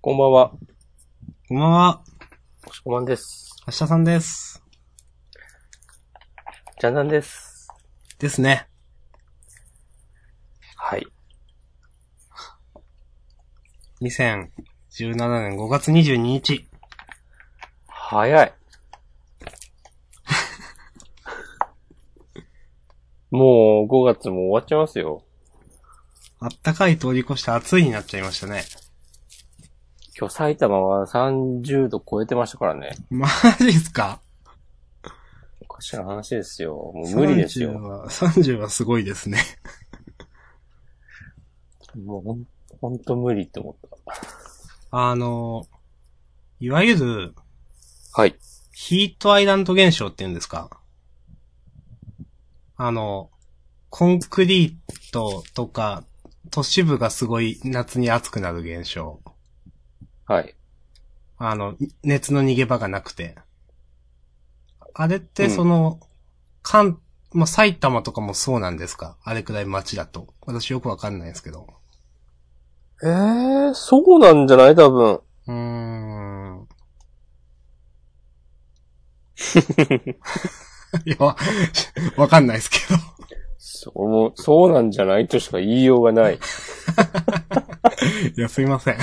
こんばんは。 こんばんは。 おしこまんです。 明日さんです。 ジャンダンです。 ですね。 はい。 2017年5月22日。 早い。もう5月も終わっちゃいますよ。 あったかい通り越して暑いになっちゃいましたね。 今日埼玉は30度超えてましたからね。 マジっすか？ おかしな話ですよ。もう無理ですよ。 30はすごいですね。 もうほんと無理って思った。 いわゆる、 はい。 ヒートアイランド現象って言うんですか？コンクリートとか、都市部がすごい夏に暑くなる現象。 はい。 熱の逃げ場がなくて。あれってうん。 まあ、埼玉とかもそうなんですか？あれくらい街だと。私よくわかんないですけど。 そうなんじゃない多分。 いや、わかんないですけど。 そうなんじゃないとしか言いようがない。 いや、すいません。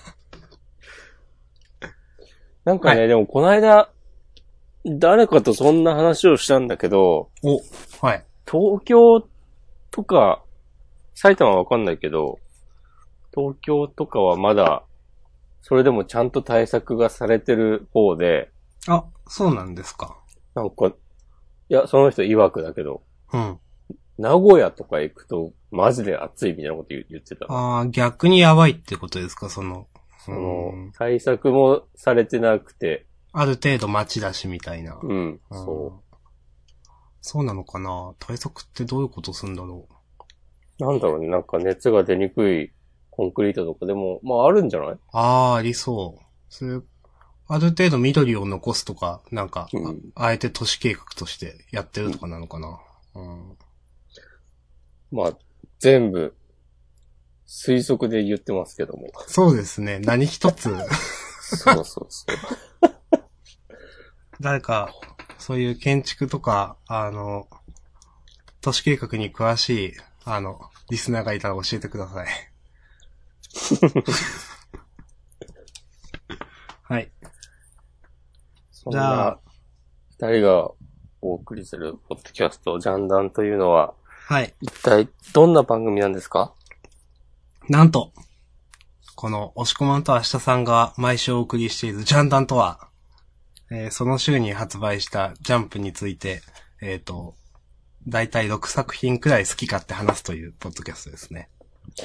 なんかね、 はい。 でもこの間、誰かとそんな話をしたんだけど、 はい。 東京とか、埼玉はわかんないけど、東京とかはまだ、それでもちゃんと対策がされてる方で、 あ、そうなんですか。 なんか、いや、その人曰くだけど、 うん。 名古屋とか行くと、マジで暑いみたいなこと言ってた。 逆にやばいってことですか、 対策もされてなくて、 ある程度街だしみたいな。 うん、そそうなのかな？対策ってどういうことするんだろう。なんだろうね、なんか熱が出にくいコンクリートとかでも、まああるんじゃない？ う。ありそう。ある程度緑を残すとか、なんか、 うん。 あえて都市計画としてやってるとかなのかな。うん。 まあ、全部、推測で言ってますけども。 そうですね。何一つ、 そうそうそう。 誰か、そういう建築とか、都市計画に詳しい、リスナーがいたら教えてください。はい。 そんな、二人がお送りするポッドキャスト、ジャンダンというのは、 はい。 一体どんな番組なんですか？ なんと、この、押し込まんと明日さんが毎週お送りしているジャンダンとは、その週に発売したジャンプについて、だいたい6作品くらい好き勝手話すというポッドキャストですね。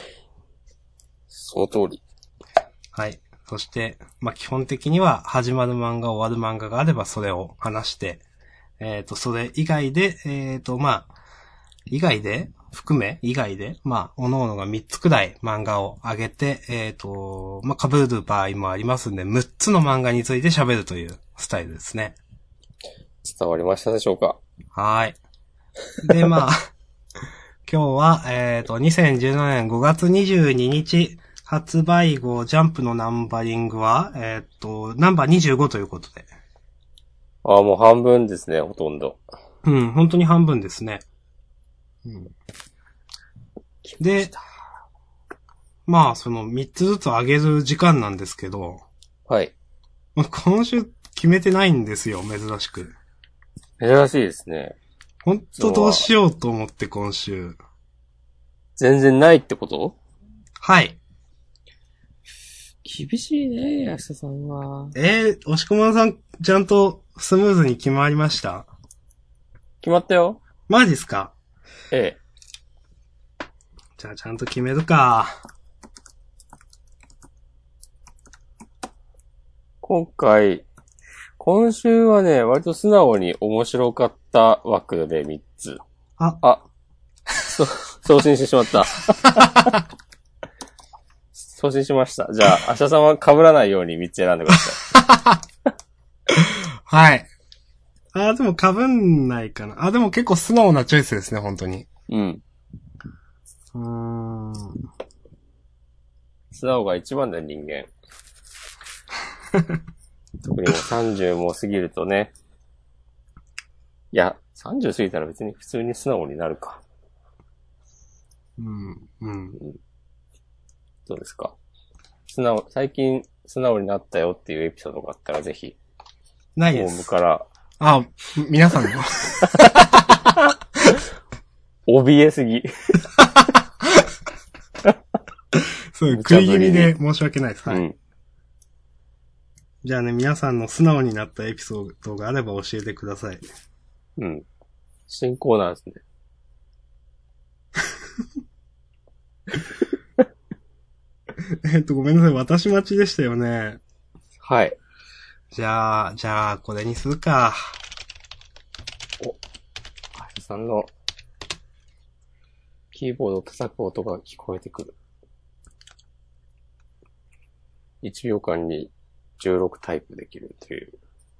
その通り。 はい。そして、まあ、基本的には始まる漫画終わる漫画があればそれを話して、それ以外で、まあ、以外で、まあ、各々が3つくらい漫画を上げて、まあ、被る場合もありますんで、6つの漫画について喋るというスタイルですね。 伝わりましたでしょうか？ はい。で、まあ、今日は、2017年5月22日発売後、ジャンプのナンバリングは、ナンバー25ということで。 もう半分ですね、ほとんど。 うん、本当に半分ですね。うん、で、まあ、その3つずつ上げる時間なんですけど、 はい。 今週決めてないんですよ、珍しく。 珍しいですね。 本当どうしようと思って今週。 全然ないってこと？ はい。 厳しいね、安田さんは。 押し込まさん、ちゃんとスムーズに決まりました？ 決まったよ。 マジっすか？ ええ。 じゃあちゃんと決めるか。 今週はね、割と素直に面白かった枠で3つ。送信してしまった。送信しました。じゃあ、明日さんは被らないように3つ選んでください。 はい。でも被んないかな。でも結構素直なチョイスですね、本当に。 うん。素直が一番だよ、人間。 特にもう30も過ぎるとね。いや、30過ぎたら別に普通に素直になるか。どうですか？最近素直になったよっていうエピソードがあったらぜひ、 ないです。 ホームから。 あ、皆さんの。 怯えすぎ。 そう、食い気味で申し訳ないです。はい。 うん。 じゃあね、皆さんの素直になったエピソードがあれば教えてください。 うん。新コーナーですね。 ごめんなさい。私待ちでしたよね。 はい。 じゃあ、これにするか。 橋さんのキーボードを叩く音が聞こえてくる。1秒間に16タイプできるという。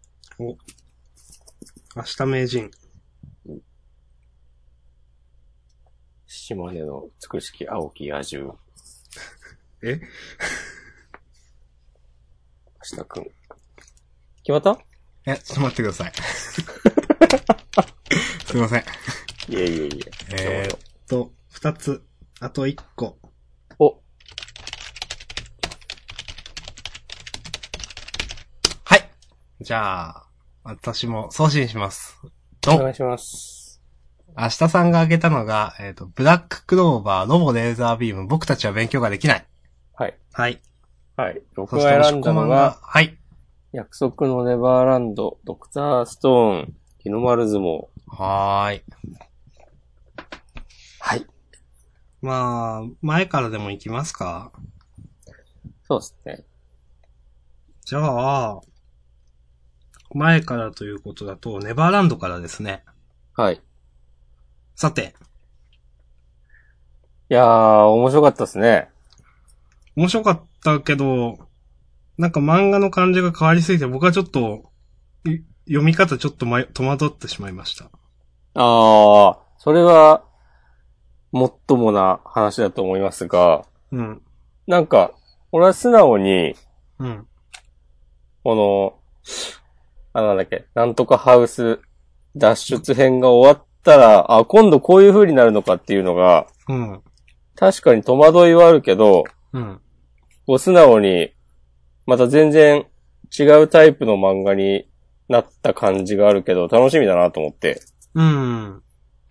明日名人。 島根の美しき青き野獣。 え明日くん。決まった？ ちょっと待ってください。すいません。 いえいえいえ。 2つ。あと1個。 お。 はい。じゃあ、私も送信します。 お願いします。 明日さんが挙げたのが、ブラッククローバー、ロボレーザービーム、僕たちは勉強ができない。 はい。 はい。 はい。僕が選んだのが、 はい。 約束のネバーランド、ドクターストーン、日の丸相撲。 はーい。 はい。 まあ、前からでも行きますか？ そうですね。 じゃあ、前からということだと、ネバーランドからですね。 はい。 さて。 いやー、面白かったですね。 面白かったけど、なんか漫画の感じが変わりすぎて、僕はちょっと、読み方ちょっと戸惑ってしまいました。 あー、それは、もっともな話だと思いますが、 うん。 なんか、俺は素直に、 うん。 この、なんだっけ、なんとかハウス脱出編が終わったら、あ、今度こういう風になるのかっていうのが、 うん。 確かに戸惑いはあるけど、 うん。 こう素直に、また全然違うタイプの漫画になった感じがあるけど、楽しみだなと思って。 うん。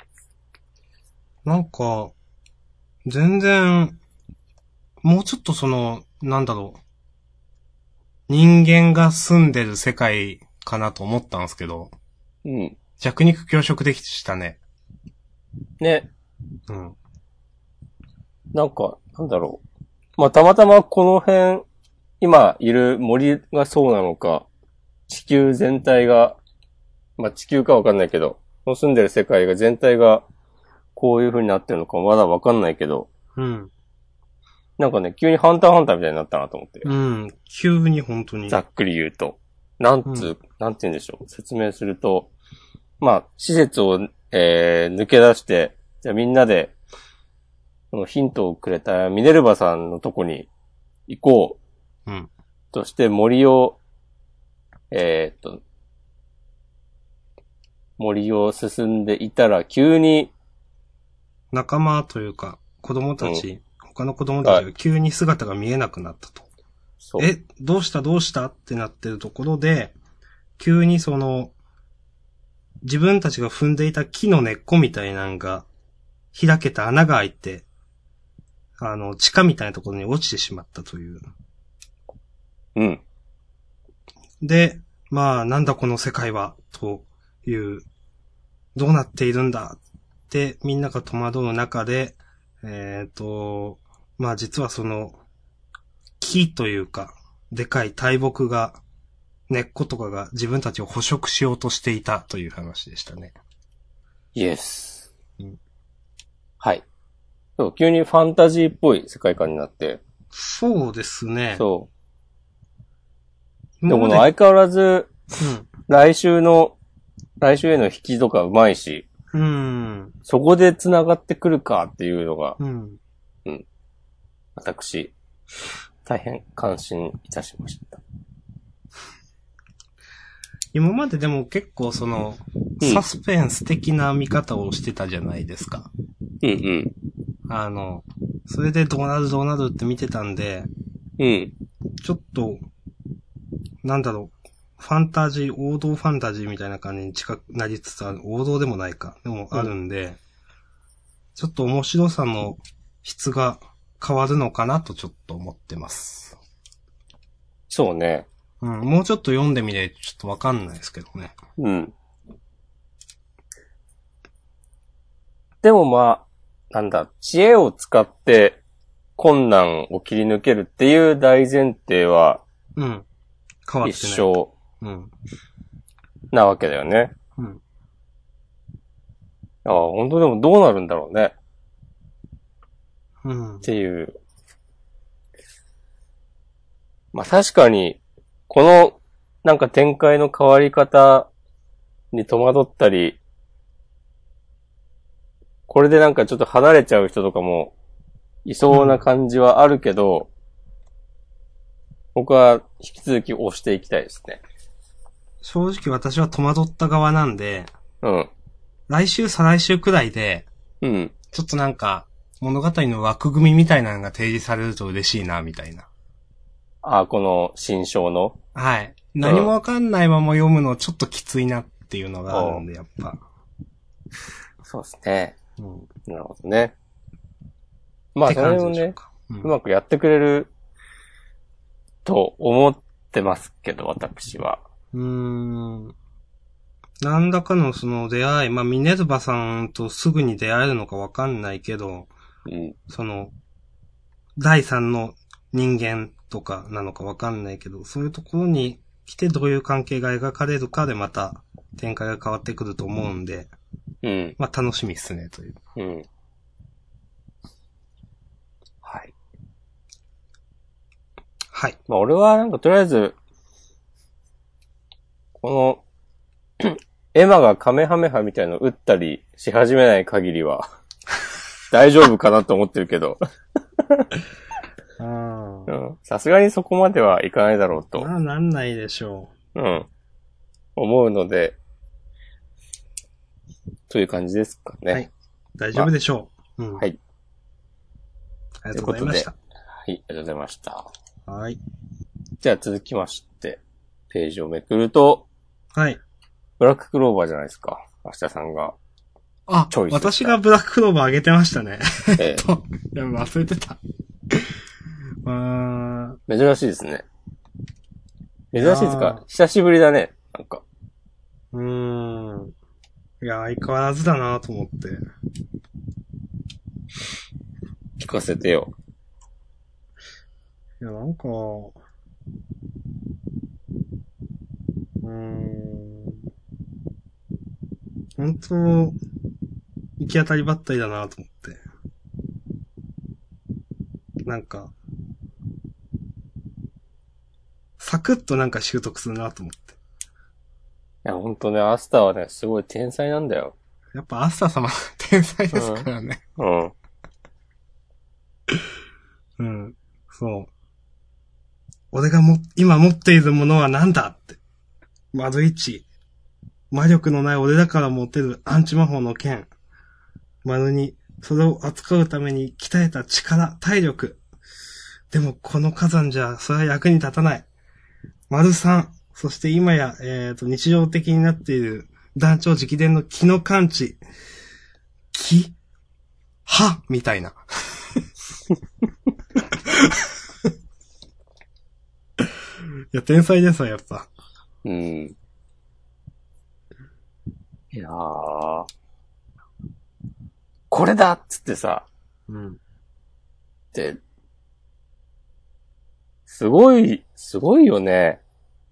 なんか、全然、もうちょっとなんだろう。人間が住んでる世界かなと思ったんですけど、 うん。 弱肉強食でしたね。 ね。 うん。 なんか、なんだろう。まあ、たまたまこの辺、今いる森がそうなのか、地球全体が、まあ、地球かわかんないけど、この住んでる世界が全体がこういう風になってるのかまだわかんないけど、 うん。 なんかね、急にハンターハンターみたいになったなと思って。 うん。急に本当に。 ざっくり言うと。なんて言うんでしょう。説明すると、まあ、施設を、抜け出して、じゃあみんなで、このヒントをくれたミネルヴァさんのとこに行こう。うん。 として森を、森を進んでいたら急に、 仲間というか、子供たち、他の子供たちが急に姿が見えなくなったと。 そう。 どうしたってなってるところで、急に自分たちが踏んでいた木の根っこみたいなのが、開けた穴が開いて、地下みたいなところに落ちてしまったという。 うん。 で、まあ、なんだこの世界は、という、どうなっているんだってみんなが戸惑う中で、まあ実は木というか、でかい大木が、根っことかが自分たちを捕食しようとしていたという話でしたね。 イエス。 うん、 はい。そう、急にファンタジーっぽい世界観になって。 そうですね。 そう。でもこの相変わらず、来週への引きとかうまいし、そこで繋がってくるかっていうのが、私、大変感心いたしました。 今まででも結構その、サスペンス的な見方をしてたじゃないですか。 うん。 それでどうなるって見てたんで、 うん。 ちょっと、なんだろう、ファンタジー、王道ファンタジーみたいな感じに近くなりつつある、王道でもないか、でもあるんで、ちょっと面白さの質が変わるのかなとちょっと思ってます。 そうね。 うん、もうちょっと読んでみれ、ちょっとわかんないですけどね。 うん。でもまあ、なんだ、知恵を使って困難を切り抜けるっていう大前提は、 うん。変わってない。 一緒うん。 なわけだよね。 うん。 ああ、本当でもどうなるんだろうね。 うん。 っていう。まあ確かに、このなんか展開の変わり方に戸惑ったり、これでなんかちょっと離れちゃう人とかもいそうな感じはあるけど、僕は引き続き押していきたいですね。 正直私は戸惑った側なんで、 うん。 来週再来週くらいで、 うん。 ちょっとなんか、物語の枠組みみたいなのが提示されると嬉しいな、みたいな。 あ、この新章の。 はい。何もわかんないまま読むのちょっときついなっていうのがあるんで、やっぱ。 そうですね。 うん。 なるほどね。まあ、それをね、うまくやってくれると思ってますけど、私は。 なんだかのその出会い、まあ、ミネルヴァさんとすぐに出会えるのかわかんないけど、 うん。 その、第三の人間とかなのかわかんないけど、そういうところに来てどういう関係が描かれるかでまた展開が変わってくると思うんで、 うん。 まあ楽しみっすね、という。 うん。はい。 はい。 まあ俺はなんかとりあえず、この、エマがカメハメハみたいの打ったりし始めない限りは、大丈夫かなと思ってるけど。さすがにそこまではいかないだろうと。 まあなんないでしょう。うん。思うので、という感じですかね。 はい。大丈夫でしょう。うん。 はい。 ありがとうございました。 はい、ありがとうございました。 はい。 じゃあ続きまして、ページをめくると、 はい。 ブラッククローバーじゃないですか。明日さんが。 あ、私がブラッククローバーあげてましたね。いや、忘れてた。 珍しいですね。珍しいですか？久しぶりだね。なんか。 いや、相変わらずだなと思って。 聞かせてよ。 いや、なんか、本当行き当たりばったりだなと思って。なんか、サクッとなんか習得するなと思って。 いや、ほんとね、アスターはね、すごい天才なんだよ。 やっぱアスター様、天才ですからね。 うん。 うん。そう。俺が今持っているものは何だって。丸一。魔力のない俺だから持てるアンチ魔法の剣。丸二。それを扱うために鍛えた力、体力。でもこの火山じゃ、それは役に立たない。丸三。そして今や、日常的になっている団長直伝の気の感知。気はみたいな。いや、天才ですわ、やっぱ。 うん。いやー。これだっつってさ。 うん。 で、すごいよね。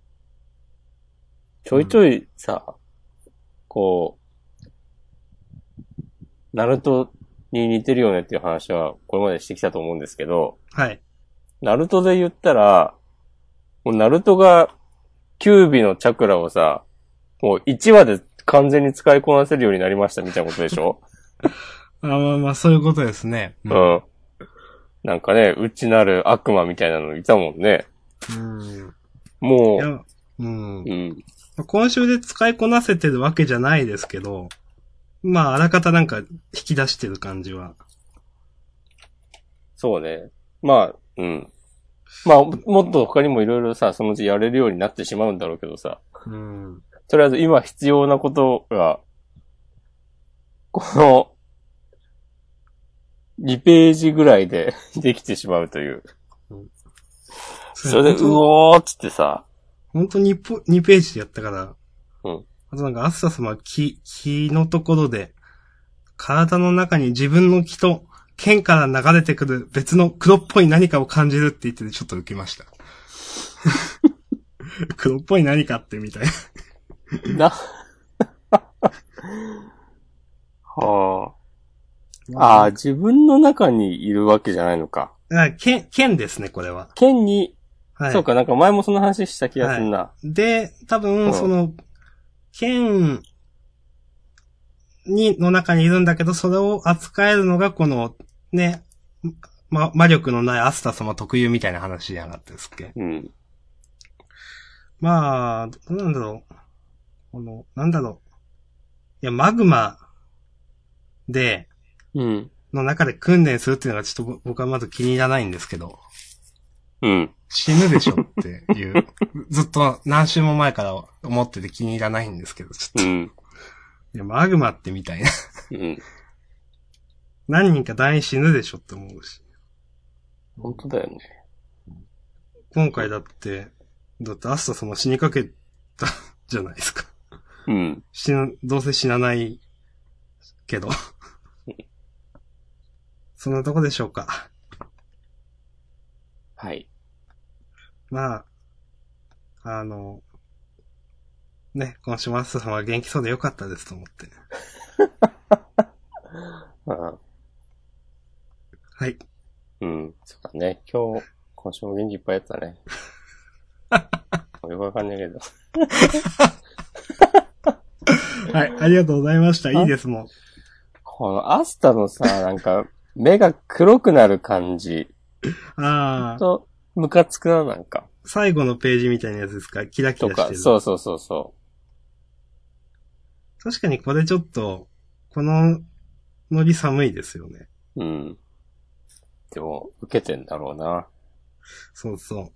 ちょいちょいさ、こう、ナルトに似てるよねっていう話はこれまでしてきたと思うんですけど、 はい。 ナルトで言ったら、もうナルトが9尾のチャクラをさ、もう1話で完全に使いこなせるようになりましたみたいなことでしょ？ まあ、そういうことですね。 うん。なんかね、内なる悪魔みたいなのいたもんね。もう、 うん。 今週で使いこなせてるわけじゃないですけど、まあ、あらかたなんか引き出してる感じは。 そうね。まあ、うん。まあ、もっと他にもいろいろさ、そのうちやれるようになってしまうんだろうけどさ。 うん。 とりあえず今必要なことが、この、2ページぐらいでできてしまうという。それで、うおーっつってさ。 本当に2ページでやったから。 うん。 あとなんか、アスタスは気のところで、体の中に自分の気と剣から流れてくる別の黒っぽい何かを感じるって言っててちょっと受けました。黒っぽい何かってみたいな。 はあ。ああ、自分の中にいるわけじゃないのか。 剣ですね、これは。 剣に、 はい。 そうか、なんか前もその話した気がするな。 はい、で、多分、その、剣の中にいるんだけど、それを扱えるのがこの、ね、魔力のないアスタ様特有みたいな話じゃなかったですっけ。 うん。 まあ、どうなんだろう。なんだろう。いや、マグマで、 うん。 の中で訓練するっていうのがちょっと僕はまず気に入らないんですけど。 うん。 死ぬでしょっていう、ずっと何週も前から思ってて気に入らないんですけど、ちょっと。 うん。 いや、マグマってみたいな。 うん。 何人か団員死ぬでしょって思うし。 本当だよね。 今回だってアスタ様死にかけたじゃないですか。 うん。 どうせ死なないけど。そんなとこでしょうか。 はい。 まあ、ね、今週もアスタ様が元気そうでよかったですと思って。はい。 うん。そうだね。今週も元気いっぱいやったね。よくわかんないけど。 はい、ありがとうございました。いいですもん。 このアスタのさ、なんか、目が黒くなる感じ。 ああ。 と、ムカつくな、なんか。 最後のページみたいなやつですか？キラキラしてる。とか、 そうそうそうそう。 確かにこれちょっと、このノリ寒いですよね。 うん。でも、受けてんだろうな。 そうそう。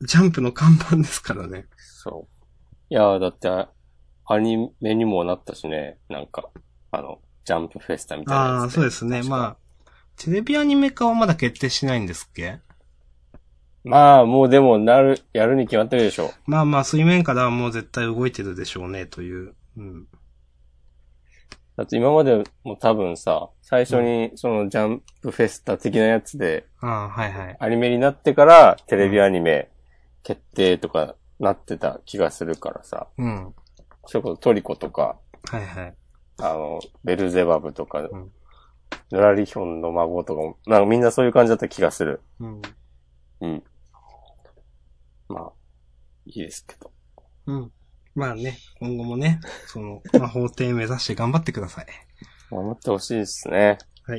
ジャンプの看板ですからね。 そう。いやだって、アニメにもなったしね。なんか、ジャンプフェスタみたいなやつ、ね。 ああ、そうですね。まあ、テレビアニメ化はまだ決定しないんですっけ？ まあ、もうでもやるに決まってるでしょ。 まあまあ、水面下ではもう絶対動いてるでしょうね、という。うん。 だって今までも多分さ、最初にそのジャンプフェスタ的なやつで、 はいはい。 アニメになってからテレビアニメ決定とかなってた気がするからさ。 うん。 それこそトリコとか、 はいはい。 ベルゼバブとか、ヌラリヒョンの孫とかも、なんかみんなそういう感じだった気がする。 うん。 うん。まあ、いいですけど。 うん。まあね、今後もね、その、魔法帝目指して頑張ってください。 頑張ってほしいですね。 はい。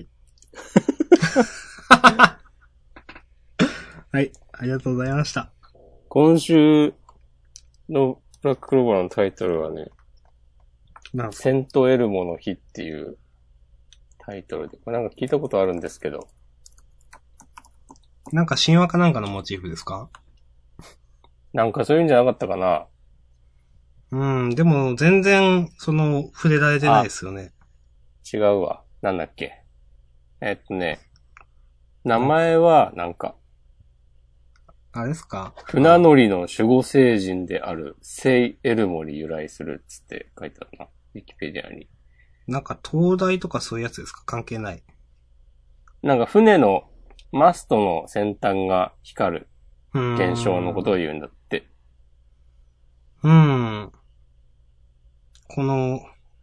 はい、ありがとうございました。 今週のブラッククローバーのタイトルはね、セントエルモの日っていうタイトルで、これなんか聞いたことあるんですけど。 なんか神話かなんかのモチーフですか？ なんかそういうんじゃなかったかな。 うん、でも全然、触れられてないですよね。 違うわ。なんだっけ。名前は、なんか、 あれですか？ 船乗りの守護聖人である聖エルモに由来するっつって書いてあるな。ウィキペディアに。 なんか灯台とかそういうやつですか？関係ない。 なんか船のマストの先端が光る現象のことを言うんだって。 この、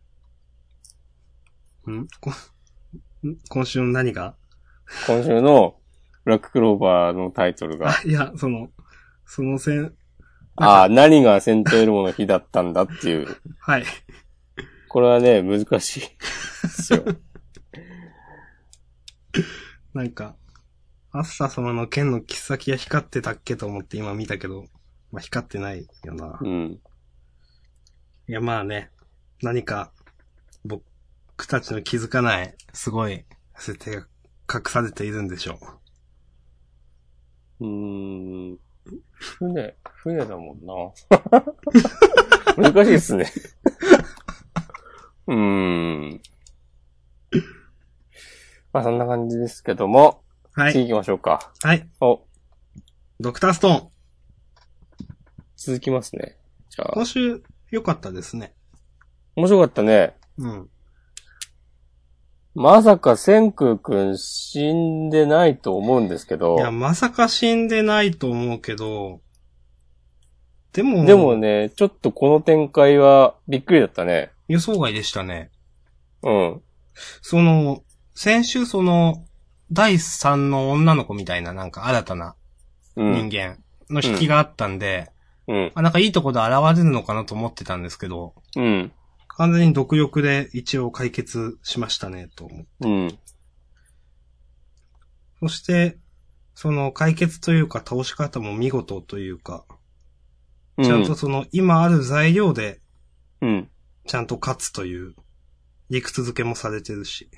今週の何が？ 今週のブラッククローバーのタイトルが。 いや、 何がセントエルモの日だったんだっていう。 はい。 これはね、難しいですよ。 なんか、アッサ様の剣の切っ先が光ってたっけと思って今見たけど、まあ、光ってないよな。 うん。 いや、まあね。何か、僕たちの気づかない、すごい、設定が隠されているんでしょ船だもんな。難しいっすね。まあそんな感じですけども。 う。はい。 次行きましょうか。 はい。ドクターストーン。 続きますね。じゃあ。 今週、良かったですね。 面白かったね。 うん。 まさか千空くん死んでないと思うんですけど。 いや、まさか死んでないと思うけど、でもね、ちょっとこの展開はびっくりだったね。 予想外でしたね。 うん。 先週第三の女の子みたいななんか新たな人間の引きがあったんで、なんかいいとこで現れるのかなと思ってたんですけど、完全に毒欲で一応解決しましたね、と思って。そして、解決というか倒し方も見事というか、ちゃんと今ある材料で、ちゃんと勝つという、理屈付けもされてるし。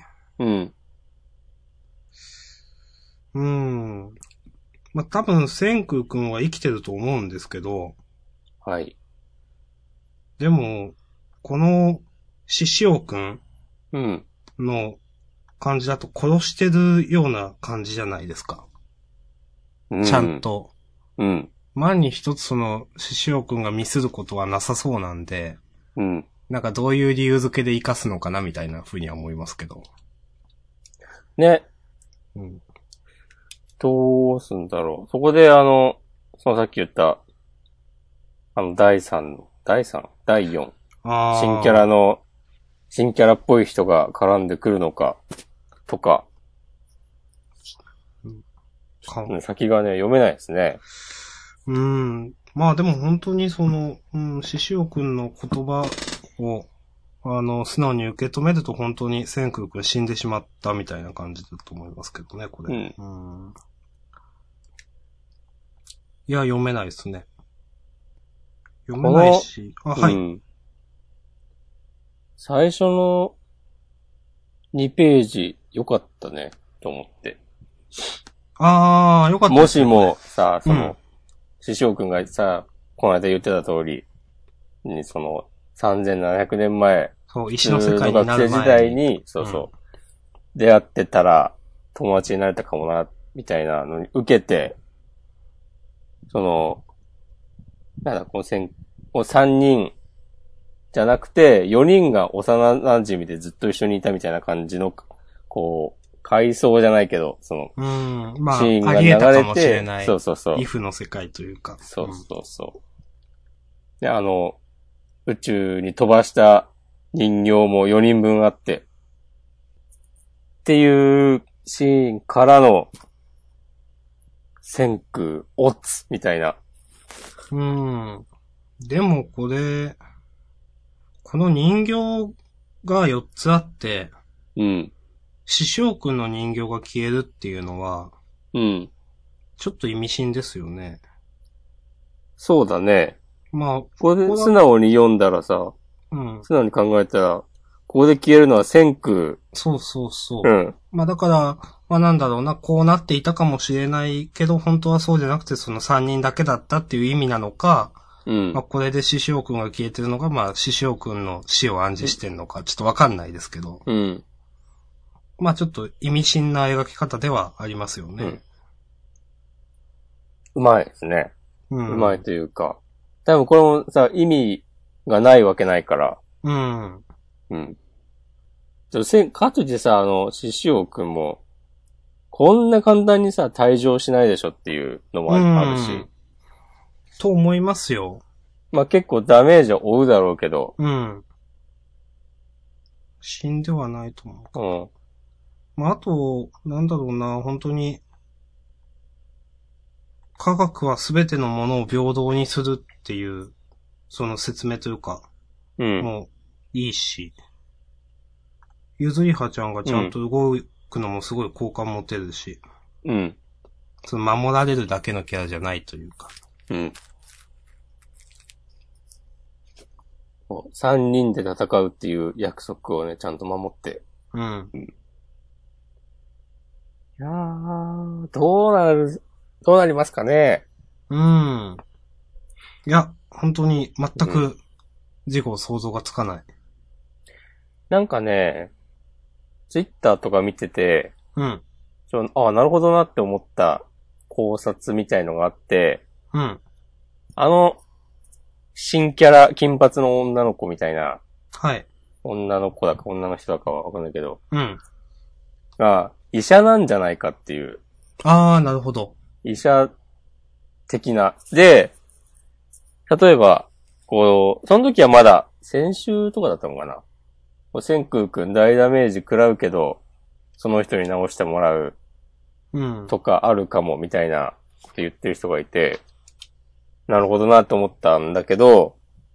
まあ、多分、千空くんは生きてると思うんですけど、 はい。 でも、この、獅子王くんの感じだと殺してるような感じじゃないですか。ちゃんと。万に一つ獅子王くんがミスることはなさそうなんで、なんかどういう理由付けで活かすのかなみたいな風には思いますけど。 ね。どうすんだろう。そこでさっき言った、第4。新キャラっぽい人が絡んでくるのか、とか。先がね、読めないですね。 まあでも本当に獅子王くんの言葉を、素直に受け止めると本当に千空くん死んでしまったみたいな感じだと思いますけどね、これ。いや、読めないですね。読めないし、はい。 最初の2ページ、良かったね、と思って。 良かった、 もしもさ、獅子王くんがさ、この間言ってた通りに、3700年前、 石の世界になる前に。 学生時代に、出会ってたら、友達になれたかもな、みたいなのに受けて、この3人じゃなくて、4人が幼馴染でずっと一緒にいたみたいな感じの、回想じゃないけど、 まあ、 シーンがあり得たか流れて、 もしれない。 イフの世界というか。 で、宇宙に飛ばした人形も4人分あって、っていうシーンからの、千空、オツみたいな。 でもこの人形が4つあって、獅子王くんの人形が消えるっていうのは、ちょっと意味深ですよね。 そうだね。 まあ、 ここで素直に読んだらさ、素直に考えたら、ここで消えるのは千空。 そう。まあだから、まあなんだろうな、こうなっていたかもしれないけど、本当はそうじゃなくて3人だけだったっていう意味なのか、まあこれで獅子王くんが消えてるのが、まあ獅子王くんの死を暗示してるのか、ちょっとわかんないですけど。まあちょっと意味深な描き方ではありますよね。 うまいですね。うまいというか。多分これもさ、意味がないわけないから。かといってさ、獅子王くんも、こんな簡単にさ、退場しないでしょっていうのもあるし。 と思いますよ。 まあ、結構ダメージは負うだろうけど。 死んではないと思う。まあ、あと、なんだろうな、本当に、科学はすべてのものを平等にするっていう、その説明というか、もう、いいし、ゆずりはちゃんがちゃんと動くのもすごい好感持てるし、守られるだけのキャラじゃないというか。 こう3人で戦うっていう約束をね、ちゃんと守って。 うん。 いやー、どうなりますかね。 うん。いや、本当に全く事故想像がつかない。 なんかね、ツイッターとか見てて、 うん。 なるほどなって思った考察みたいのがあって、 うん。 新キャラ、金髪の女の子みたいな、 はい。 女の子だか女の人だかはわかんないけど、 うん。 が、医者なんじゃないかっていう、 あー、なるほど。 医者的な。で、例えば、こう、その時はまだ、先週とかだったのかな。こう千空くん大ダメージ食らうけど、その人に治してもらううん。 とかあるかもみたいなこと言ってる人がいて、なるほどなと思ったんだけど、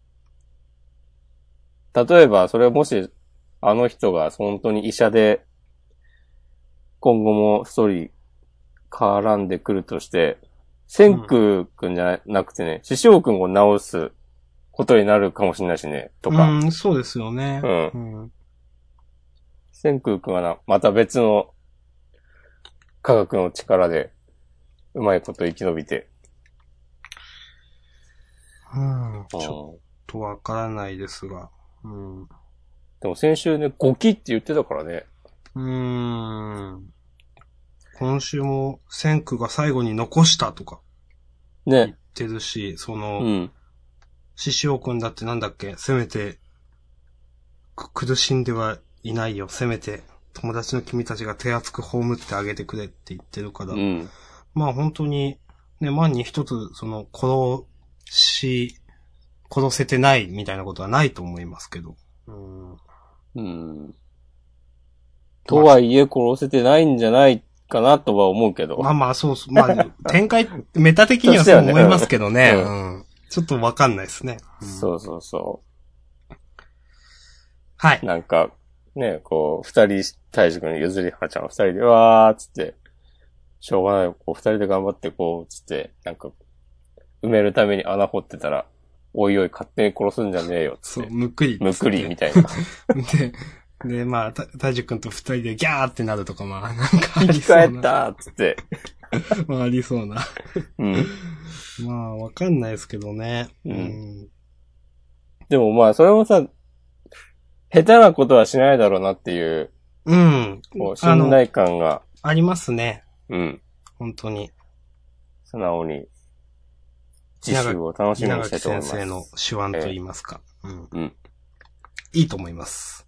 例えばそれもしあの人が本当に医者で今後もストーリー絡んでくるとして、千空くんじゃなくてね、師匠くんを治すことになるかもしれないしね、とか。 うん、そうですよね。 うん。 うん。 千空くんはまた別の科学の力でうまいこと生き延びて。 うん。ちょっとわからないですが。うん。 でも先週ね、5期って言ってたからね。 今週も、千空が最後に残したとか言っね。 てるし、 うん。 獅子王くんだってなんだっけ、せめて、苦しんではいないよ。せめて、友達の君たちが手厚く葬ってあげてくれって言ってるから。 うん。 まあ本当に、ね、万に一つ、殺せてないみたいなことはないと思いますけど。 うん。とはいえ殺せてないんじゃないかなとは思うけど。 まあまあそうそう。まあ、展開、メタ的にはそう思いますけどね。ちょっとわかんないですね。 そうそうそう。 はい。 なんか、ね、こう、二人、大樹くん、ゆずりはちゃん二人で、わーっつって、しょうがない、こう、二人で頑張って、こう、つって、なんか、埋めるために穴掘ってたら、おいおい勝手に殺すんじゃねえよ、つって。 そう、むっくり。 むっくり、みたいな。 で、まあ、大樹くんと二人でギャーってなるとか、まあ、なんかあ生きりそうな。 返ったつって。 まあ、ありそうな。 うん。 まあ、わかんないですけどね。 でもまあ、それもさ、下手なことはしないだろうなっていう、こう、信頼感が。 ありますね。 うん。 本当に。 素直に、自習を楽しみにしたいと思います。 先生の手腕と言いますか。いいと思います。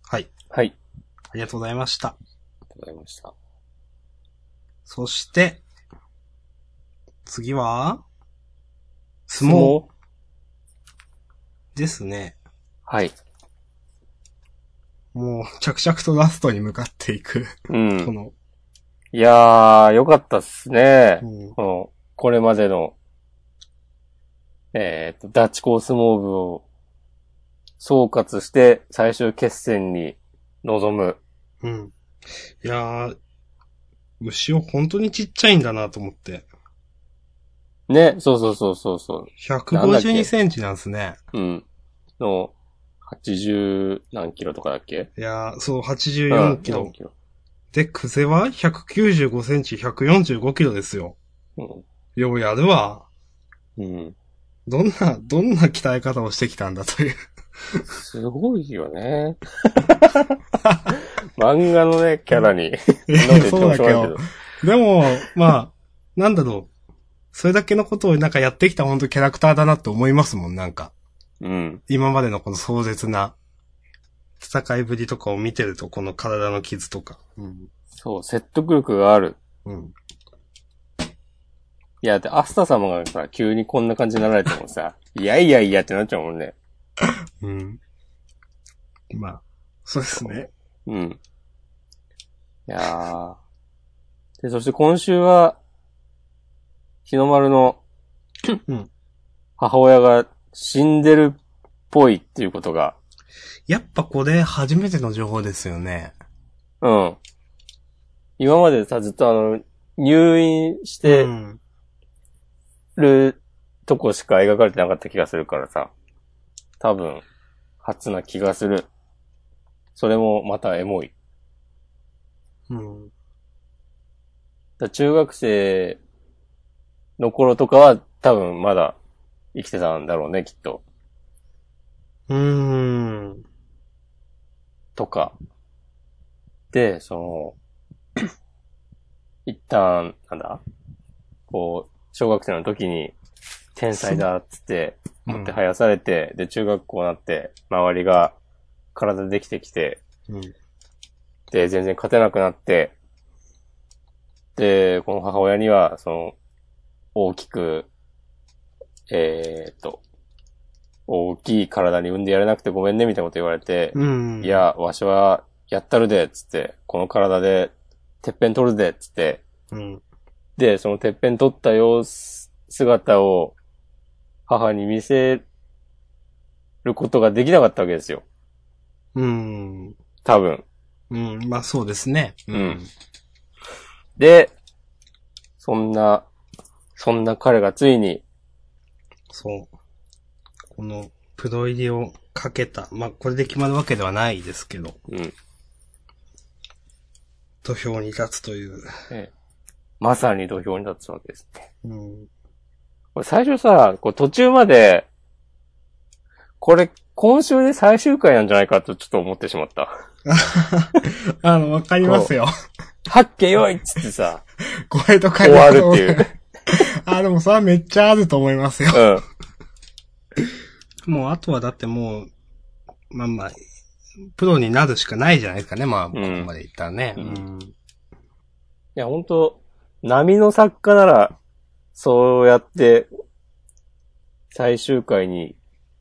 はい。 はい。 ありがとうございました。 ありがとうございました。 そして、次は、相撲ですね。 はい。 もう、着々とラストに向かっていく。 いやー、よかったっすね。これまでの、ダチコー相撲部を総括して最終決戦に臨む。 いやー、牛尾本当にちっちゃいんだなと思って。 ね、そうそうそうそうそう。 152センチなんですね。 の、80何キロとかだっけ？ いやー、そう、84キロ。で、クゼは195センチ、145キロですよ。ようやるわ。どんな鍛え方をしてきたんだという。 すごいよね。漫画のね、キャラに。 そうだけど。でも、まあ、なんだろう。それだけのことをなんかやってきた本当キャラクターだなって思いますもん、なんか。今までのこの壮絶な戦いぶりとかを見てると、この体の傷とか。 そう、説得力がある。いや、で、アスタ様がさ、急にこんな感じになられてもさ、いやいやいやってなっちゃうもんね。 まあ、そうですね。 いやー。で、そして今週は、日の丸の、母親が死んでるっぽいっていうことが。 やっぱこれ初めての情報ですよね。 今までさ、ずっと入院してるとこしか描かれてなかった気がするからさ。多分、 初な気がする。それもまたエモい。中学生の頃とかは多分まだ生きてたんだろうね、きっと。とか。で、一旦、こう、小学生の時に天才だっつって、もってはやされて、で、中学校になって、周りが体できてきて、で、全然勝てなくなって、で、この母親には、大きく、大きい体に産んでやれなくてごめんね、みたいなこと言われて、いや、わしは、やったるで、つって、この体で、てっぺん取るで、つって、で、そのてっぺん取った姿を、母に見せることができなかったわけですよ。多分。 まあそうですね。 で、そんな彼がついに、 そう。この、プロ入りをかけた。まあこれで決まるわけではないですけど。土俵に立つという。 まさに土俵に立つわけですね。これ最初さ、途中まで、これ今週で最終回なんじゃないかとちょっと思ってしまった。 わかりますよ。 はっけよいっつってさ、 声とか終わるっていう。 でもそれはめっちゃあると思いますよ。もうあとはだってもう、まあ、プロになるしかないじゃないですかね、まあ、ここまでいったらね。 いや、ほんと、波の作家なら、そうやって、最終回に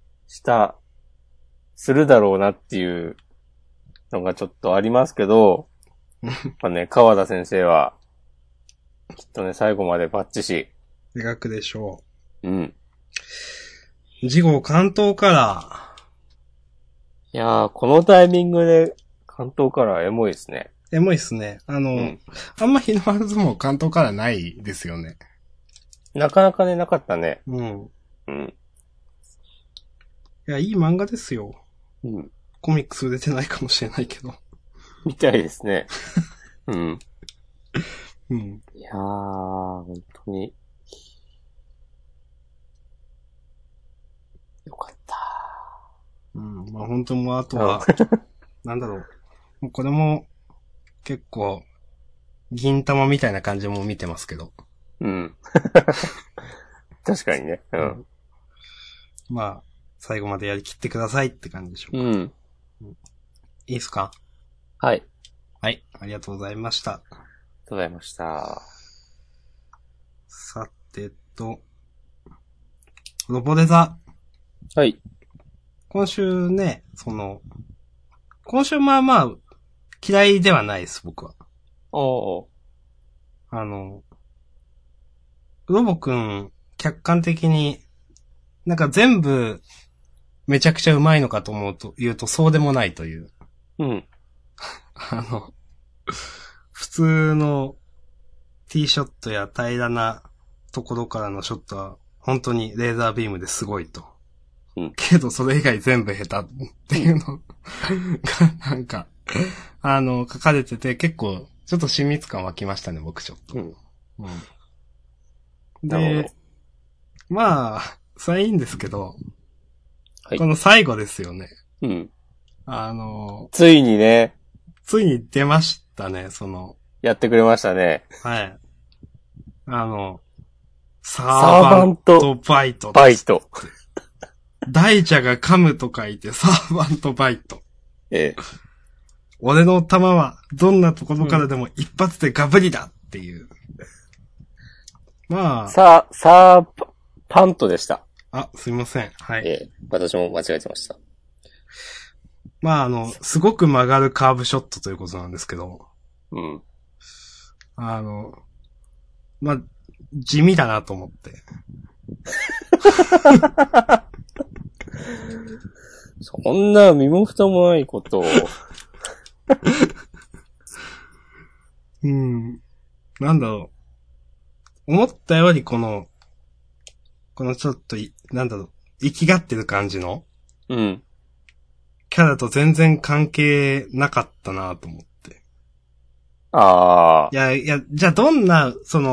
するだろうなっていうのがちょっとありますけど、やっぱね、川田先生は、きっとね、最後までバッチし。 描くでしょう。次号関東カラー。 いやー、このタイミングで関東カラーエモいですね。 エモいっすね。あんま日の丸相撲関東カラーないですよね。 なかなかね、なかったね。 いや、いい漫画ですよ。コミックス出てないかもしれないけど。 みたいですね。いやー、本当に。よかった。 まあ本当もうあとは、なんだろう。もうこれも、結構、銀玉みたいな感じも見てますけど。 確かにね。 まあ、最後までやりきってくださいって感じでしょうか。いいですか？ はい。 はい、ありがとうございました。 ありがとうございました。 さてと、ロボデザ。 はい。 今週ね、今週まあまあ、嫌いではないです、僕は。ロボくん、客観的に、なんか全部、めちゃくちゃうまいのかと言うとそうでもないという。普通のティーショットや平らなところからのショットは、本当にレーザービームですごいと。けどそれ以外全部下手っていうのが、なんか、書かれてて結構、ちょっと親密感湧きましたね、僕ちょっと。で、まあ、それはいいんですけど、この最後ですよね。 ついにね。 ついに出ましたね、 やってくれましたね。 はい。サーバントバイト。大蛇が噛むと書いて、サーバントバイト。俺の弾は、どんなところからでも一発でガブリだっていう。まあ。 サーパントでした。 すいません。はい。 私も間違えてました。 まあすごく曲がるカーブショットということなんですけど。まあ、地味だなと思って。 そんな身も蓋もないことを。 なんだろう。思ったよりこのちょっと、なんだろう、生きがってる感じの。 キャラと全然関係なかったなと思って。 ああ。 いや、じゃあどんな、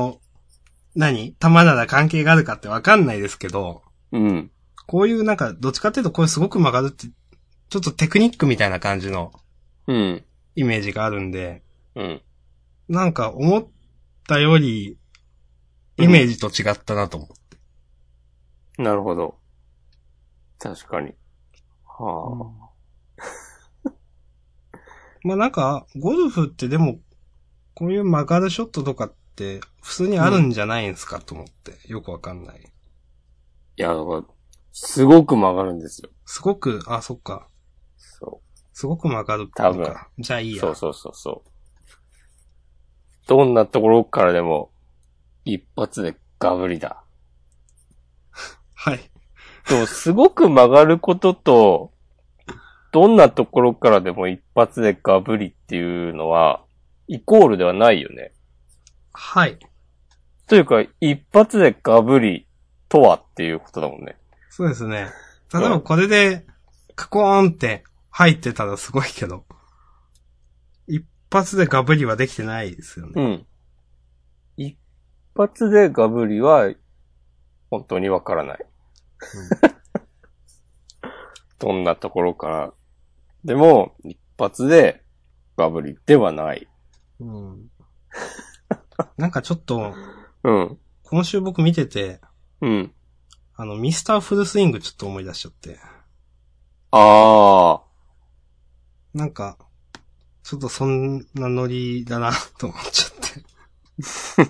玉なら関係があるかってわかんないですけど、 うん。 こういうなんか、どっちかっていうとこれすごく曲がるって、ちょっとテクニックみたいな感じのうん。 イメージがあるんで、 うん。 なんか思ったより、イメージと違ったなと思って。 なるほど。確かに。はまあなんか、ゴルフってでも、こういう曲がるショットとかって、普通にあるんじゃないんですかと思って、よくわかんない。 いや、だから、すごく曲がるんですよ。 すごく、あ、そっか。 そう。 すごく曲がる多分。 じゃあいいや。 そうそうそうそう。どんなところからでも、一発でガブリだ。 はい。 でも、すごく曲がることと、どんなところからでも一発でガブリっていうのは、イコールではないよね。 はい。 というか、一発でガブリとはっていうことだもんね。 そうですね。例えばこれで、カコーンって入ってたらすごいけど、一発でガブリはできてないですよね。 うん。一発でガブリは、本当にわからない。どんなところから。でも、一発でガブリではない。 うん。なんかちょっと、 うん。 今週僕見てて、 うん。 ミスターフルスイングちょっと思い出しちゃって。 ああ。 なんか、ちょっとそんなノリだなと思っちゃって。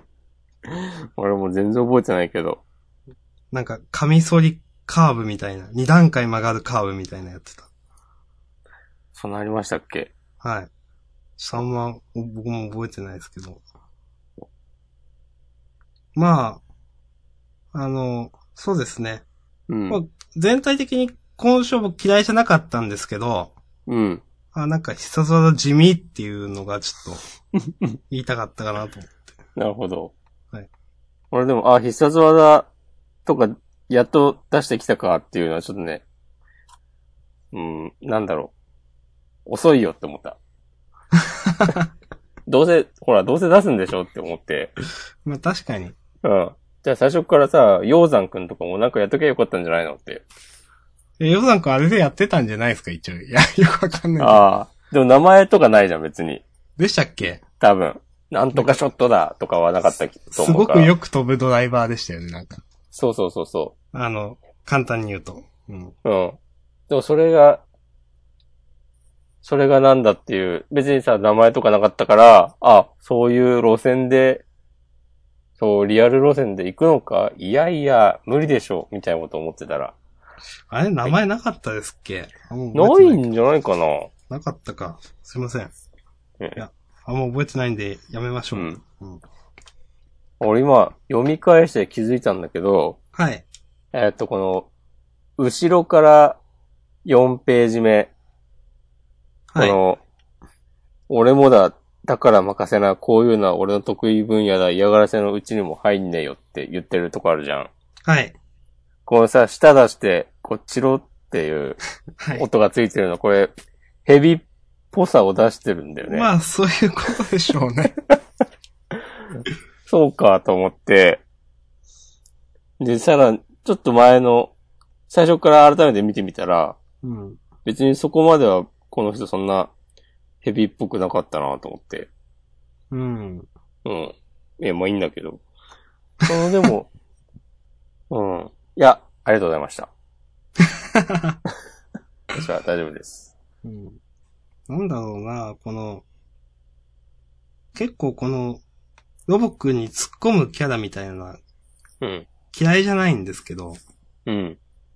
俺も全然覚えてないけど。 なんか、カミソリカーブみたいな、二段階曲がるカーブみたいなやってた。 そんなありましたっけ？ はい。3万、僕も覚えてないですけど。まあ、そうですね。 うん。 まあ、全体的に今週僕嫌いじゃなかったんですけど、 うん。 なんか必殺技地味っていうのがちょっと言いたかったかなと思って。 なるほど。 はい。 俺でも、必殺技とか、やっと出してきたかっていうのはちょっとね、なんだろう。遅いよって思った。どうせ出すんでしょって思って。 まあ確かに。 うん。じゃあ最初からさ、鷹山くんとかもなんかやっとけばよかったんじゃないのって。 ヨザン君あれでやってたんじゃないですか一応。いや、よくわかんない。 ああ。でも名前とかないじゃん、別に。 でしたっけ？ 多分。なんとかショットだとかはなかったとす思うから。 ごくよく飛ぶドライバーでしたよね、なんか。 そうそうそうそ簡単に言うと。うん。 う。うん。でもそれがなんだっていう、別にさ、名前とかなかったから、そういう路線で、そう、リアル路線で行くのかいやいや、無理でしょ、みたいなこと思ってたら。 あれ、名前なかったですっけ？ ないんじゃないかな。 なかったか。すいません。 うん。 いや、もう覚えてないんで、やめましょう。 うん。 うん、 俺今、読み返して気づいたんだけど、 はい。 この、後ろから4ページ目。 はい。 この、俺もだから任せな、こういうのは俺の得意分野だ、嫌がらせのうちにも入んねえよって言ってるとこあるじゃん。 はい。 このさ、舌出して、チロっていう音がついてるの、これ、ヘビっぽさを出してるんだよね。 まあ、そういうことでしょうね。 そうかと思って、で、さらに、ちょっと前の、最初から改めて見てみたら、 うん。 別にそこまではこの人そんなヘビっぽくなかったなと思って。 うん。 うん。まあいいんだけど。でも、うん。いや、ありがとうございました。私は大丈夫です。 うん。なんだろうな、結構ロボくんに突っ込むキャラみたいな、 うん。 嫌いじゃないんですけど、 うん。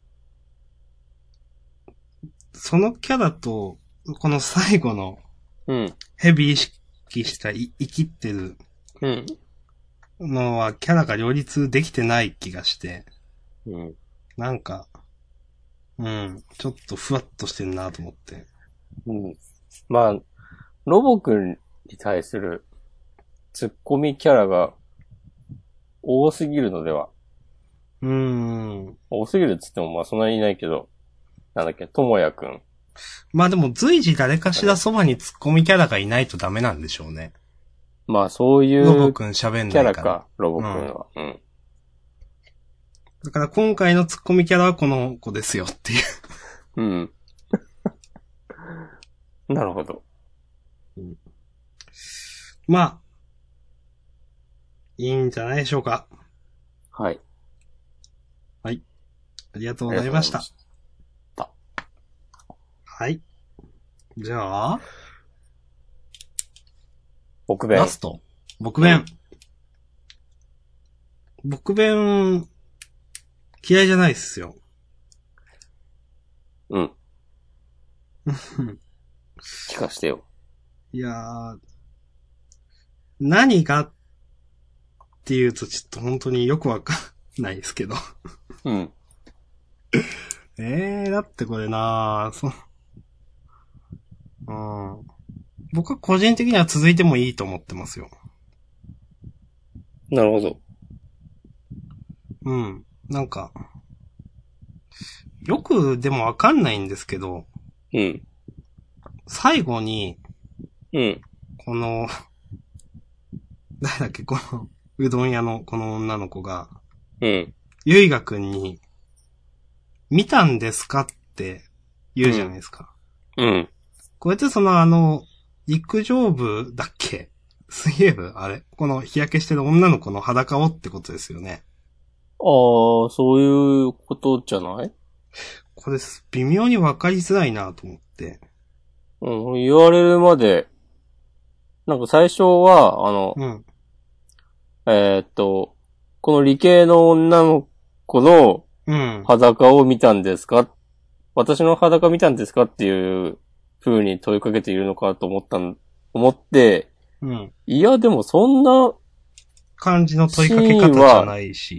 そのキャラと、この最後の、 うん。 ヘビ意識した生きってるうん。 のは、キャラが両立できてない気がして、 うん。 なんか、ちょっとふわっとしてんなと思って。 うん。まあ、ロボくんに対するツッコミキャラが多すぎるのでは。多すぎるっつってもまあそんなにいないけど、なんだっけ、ともやくん。 まあでも随時誰かしらそばにツッコミキャラがいないとダメなんでしょうね。 まあそういうロボくん喋んキャないから。 ラか、ロボくんは。うん。 だから今回のツッコミキャラはこの子ですよっていう。 うん。なるほど。 まあ、いいんじゃないでしょうか。 はい。 はい。ありがとうございました。 ありがとうございました。 はい。じゃあ、 僕弁。 ラスト。僕弁。僕弁、嫌いじゃないっすよ。 うん。聞かしてよ。 いやー、何がっていうとちょっと本当によくわかんないですけど。 うん。 だってこれなうん。僕は個人的には続いてもいいと思ってますよ。 なるほど。 うん。なんか、よくでもわかんないんですけど、 うん。 最後に、 うん。 この、誰だっけ、この、うどん屋のこの女の子が、 うん。 ゆいがくんに、見たんですかって言うじゃないですか。 うん。 こうやって陸上部だっけ水泳部あれこの日焼けしてる女の子の裸をってことですよね。 ああ、そういうことじゃない？ これ、微妙にわかりづらいなと思って。 うん。言われるまで、なんか最初は、 うん。 この理系の女の子のうん。 裸を見たんですか？私の裸見たんですかっていう風に問いかけているのかと思って、 うん。 いや、でもそんな、 感じの問いかけ方じゃないし。 うん。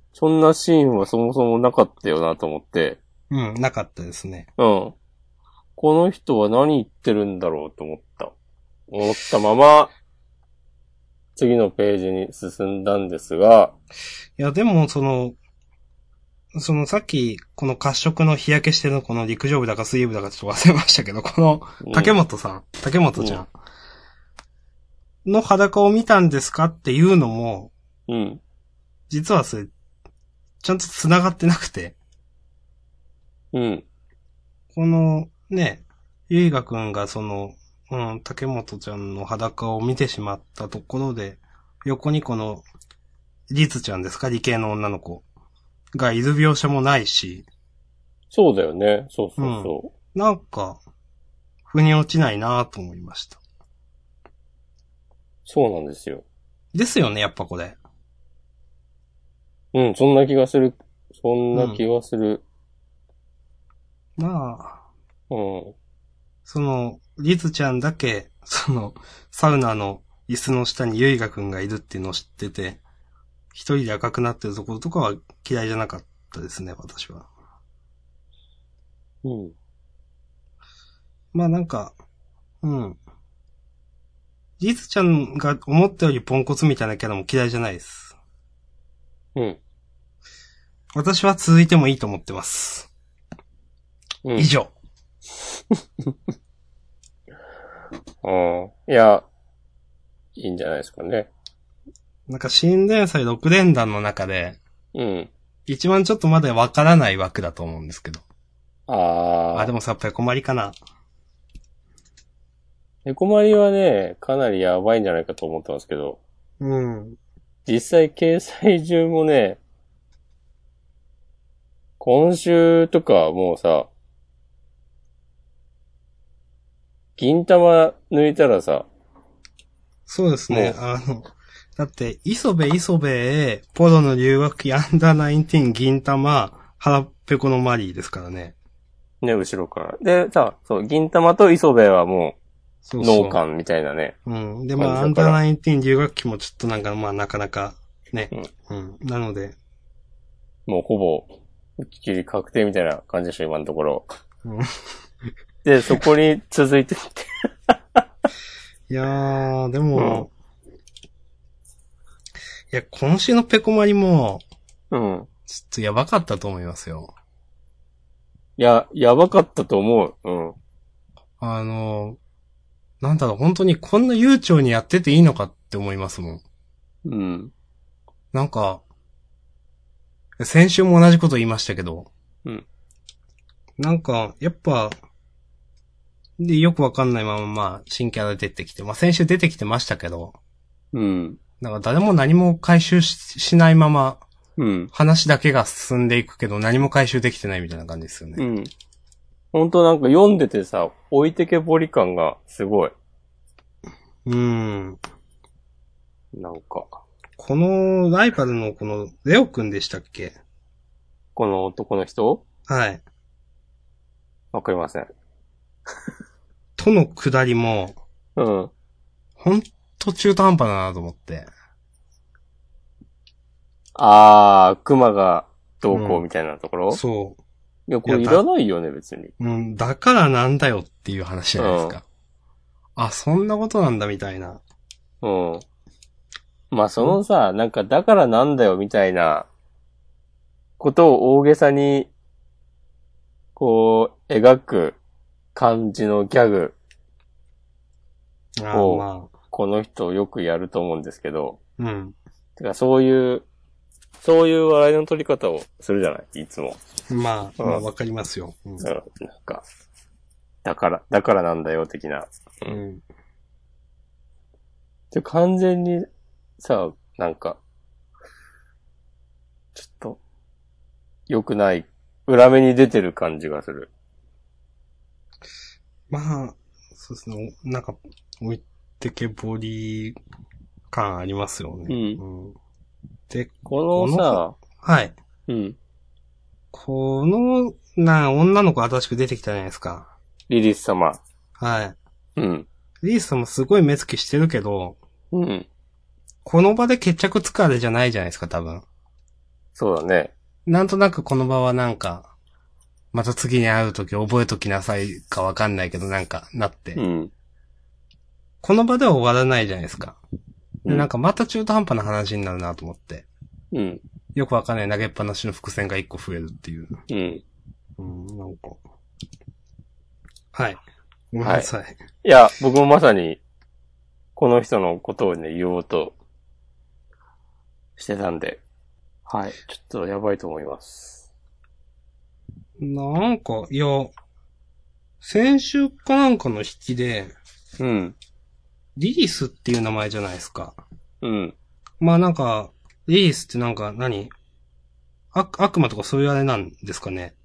そんなシーンはそもそもなかったよなと思って。 うん。なかったですね。 うん。この人は何言ってるんだろうと思ったまま、次のページに進んだんですが。 いや、でも、さっき、この褐色の日焼けしてるこの陸上部だか水泳部だかちょっと忘れましたけど、この、竹本ちゃんの裸を見たんですかっていうのも、 うん。 実はそれ、ちゃんと繋がってなくて。 うん。 この、ね、ゆいがくんが竹本ちゃんの裸を見てしまったところで、横にこの、リツちゃんですか理系の女の子がいる描写もないし。 そうだよね。そうそうそう。 なんか、腑に落ちないなと思いました。 そうなんですよ。 ですよね、やっぱこれ。 うん、そんな気がする。そんな気がする。 まあ、 うん。 リズちゃんだけ、サウナの椅子の下にユイガくんがいるっていうのを知ってて、一人で赤くなってるところとかは嫌いじゃなかったですね、私は。 うん。 まあなんか、うん。リズちゃんが思ったよりポンコツみたいなキャラも嫌いじゃないです。 うん。 私は続いてもいいと思ってます。 うん、 以上。 いや、いいんじゃないですかね。 なんか新連載6連弾の中で、 うん。 一番ちょっとまだわからない枠だと思うんですけど。 あ、 でもさ、ペコマリかな。 ペコマリはね、かなりやばいんじゃないかと思ってますけど。 うん。 実際掲載中もね、今週とかもうさ、銀玉抜いたらさ、 そうですね。だって、磯部、ポロの留学期アンダー19銀玉、腹ペコのマリーですからね。 ね、後ろから。で、さ、そう、銀玉と磯部はもう、 そう農館みたいなね。 うん。で、アンダー19留学期もちょっとなんか、なかなか、ね。うん。なので。 もうほぼ、打ち切り確定みたいな感じでしょ、今のところ。 うん、 で、そこに続いてって。 いやー、でも、いや、今週のペコマリも、 うん。 ちょっとやばかったと思いますよ。 やばかったと思う。うん。 なんだろう、本当にこんな悠長にやってていいのかって思いますもん。 うん。 なんか、先週も同じこと言いましたけど、 うん。 なんか、やっぱ、で、よくわかんないまま、まあ、新キャラ出てきて、まあ先週出てきてましたけど、 うん。 なんか誰も何も回収しないまま、 うん。 話だけが進んでいくけど何も回収できてないみたいな感じですよね。 うん。ほんとなんか読んでてさ、置いてけぼり感がすごい。なんか。 このライバルのこのレオくんでしたっけ？ この男の人はい。 わかりません。 との下りも、 うん。 ほんと中途半端だなと思って。 熊がどうこうみたいなところ、 そう。 いや、これいらないよね、別に。 だからなんだよっていう話じゃないですか。そんなことなんだみたいな。 うん。まあ、そのさ、なんか、だからなんだよみたいなことを大げさに、こう、描く感じのギャグを、この人よくやると思うんですけど、てかそういう笑いの取り方をするじゃないいつも。 まあ、わかりますよ。 なんか、だからなんだよ、的な。完全に、さ、なんか、ちょっと、良くない、裏目に出てる感じがする。 まあ、そうですね。なんか、置いてけぼり感ありますよね。で、 このさ、 はい。この、女の子新しく出てきたじゃないですか。 リリス様。 はい。 リリリス様すごい目つきしてるけど、この場で決着つくあれじゃないじゃないですか、多分。 そうだね。 なんとなくこの場はなんか、また次に会うとき覚えときなさいかわかんないけどなんかなって。この場では終わらないじゃないですか。なんかまた中途半端な話になるなと思って。よくわかんない投げっぱなしの伏線が一個増えるっていう。なんか。はい。ごめんなさい。 いや、僕もまさに、この人のことをね、言おうとしてたんで、はい。ちょっとやばいと思います。 なんか、いや、先週かなんかの引きで、リリスっていう名前じゃないですか。まあなんか、リリスってなんか悪魔とかそういうあれなんですかね。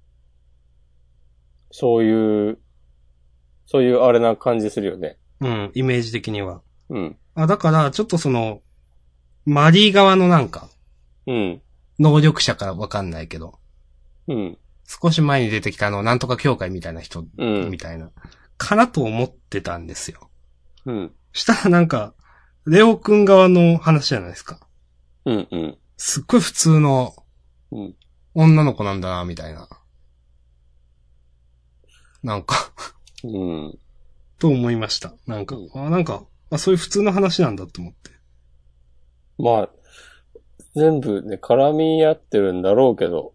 そういうあれな感じするよね。 イメージ的には。だから、ちょっとその、マリー側のなんか、能力者からわかんないけど、少し前に出てきたなんとか協会みたいな人、みたいな、かなと思ってたんですよ。したらなんか、レオくん側の話じゃないですか。すっごい普通の、女の子なんだな、みたいな。なんかと思いました。なんか、そういう普通の話なんだと思って。 まあ、全部ね、絡み合ってるんだろうけど。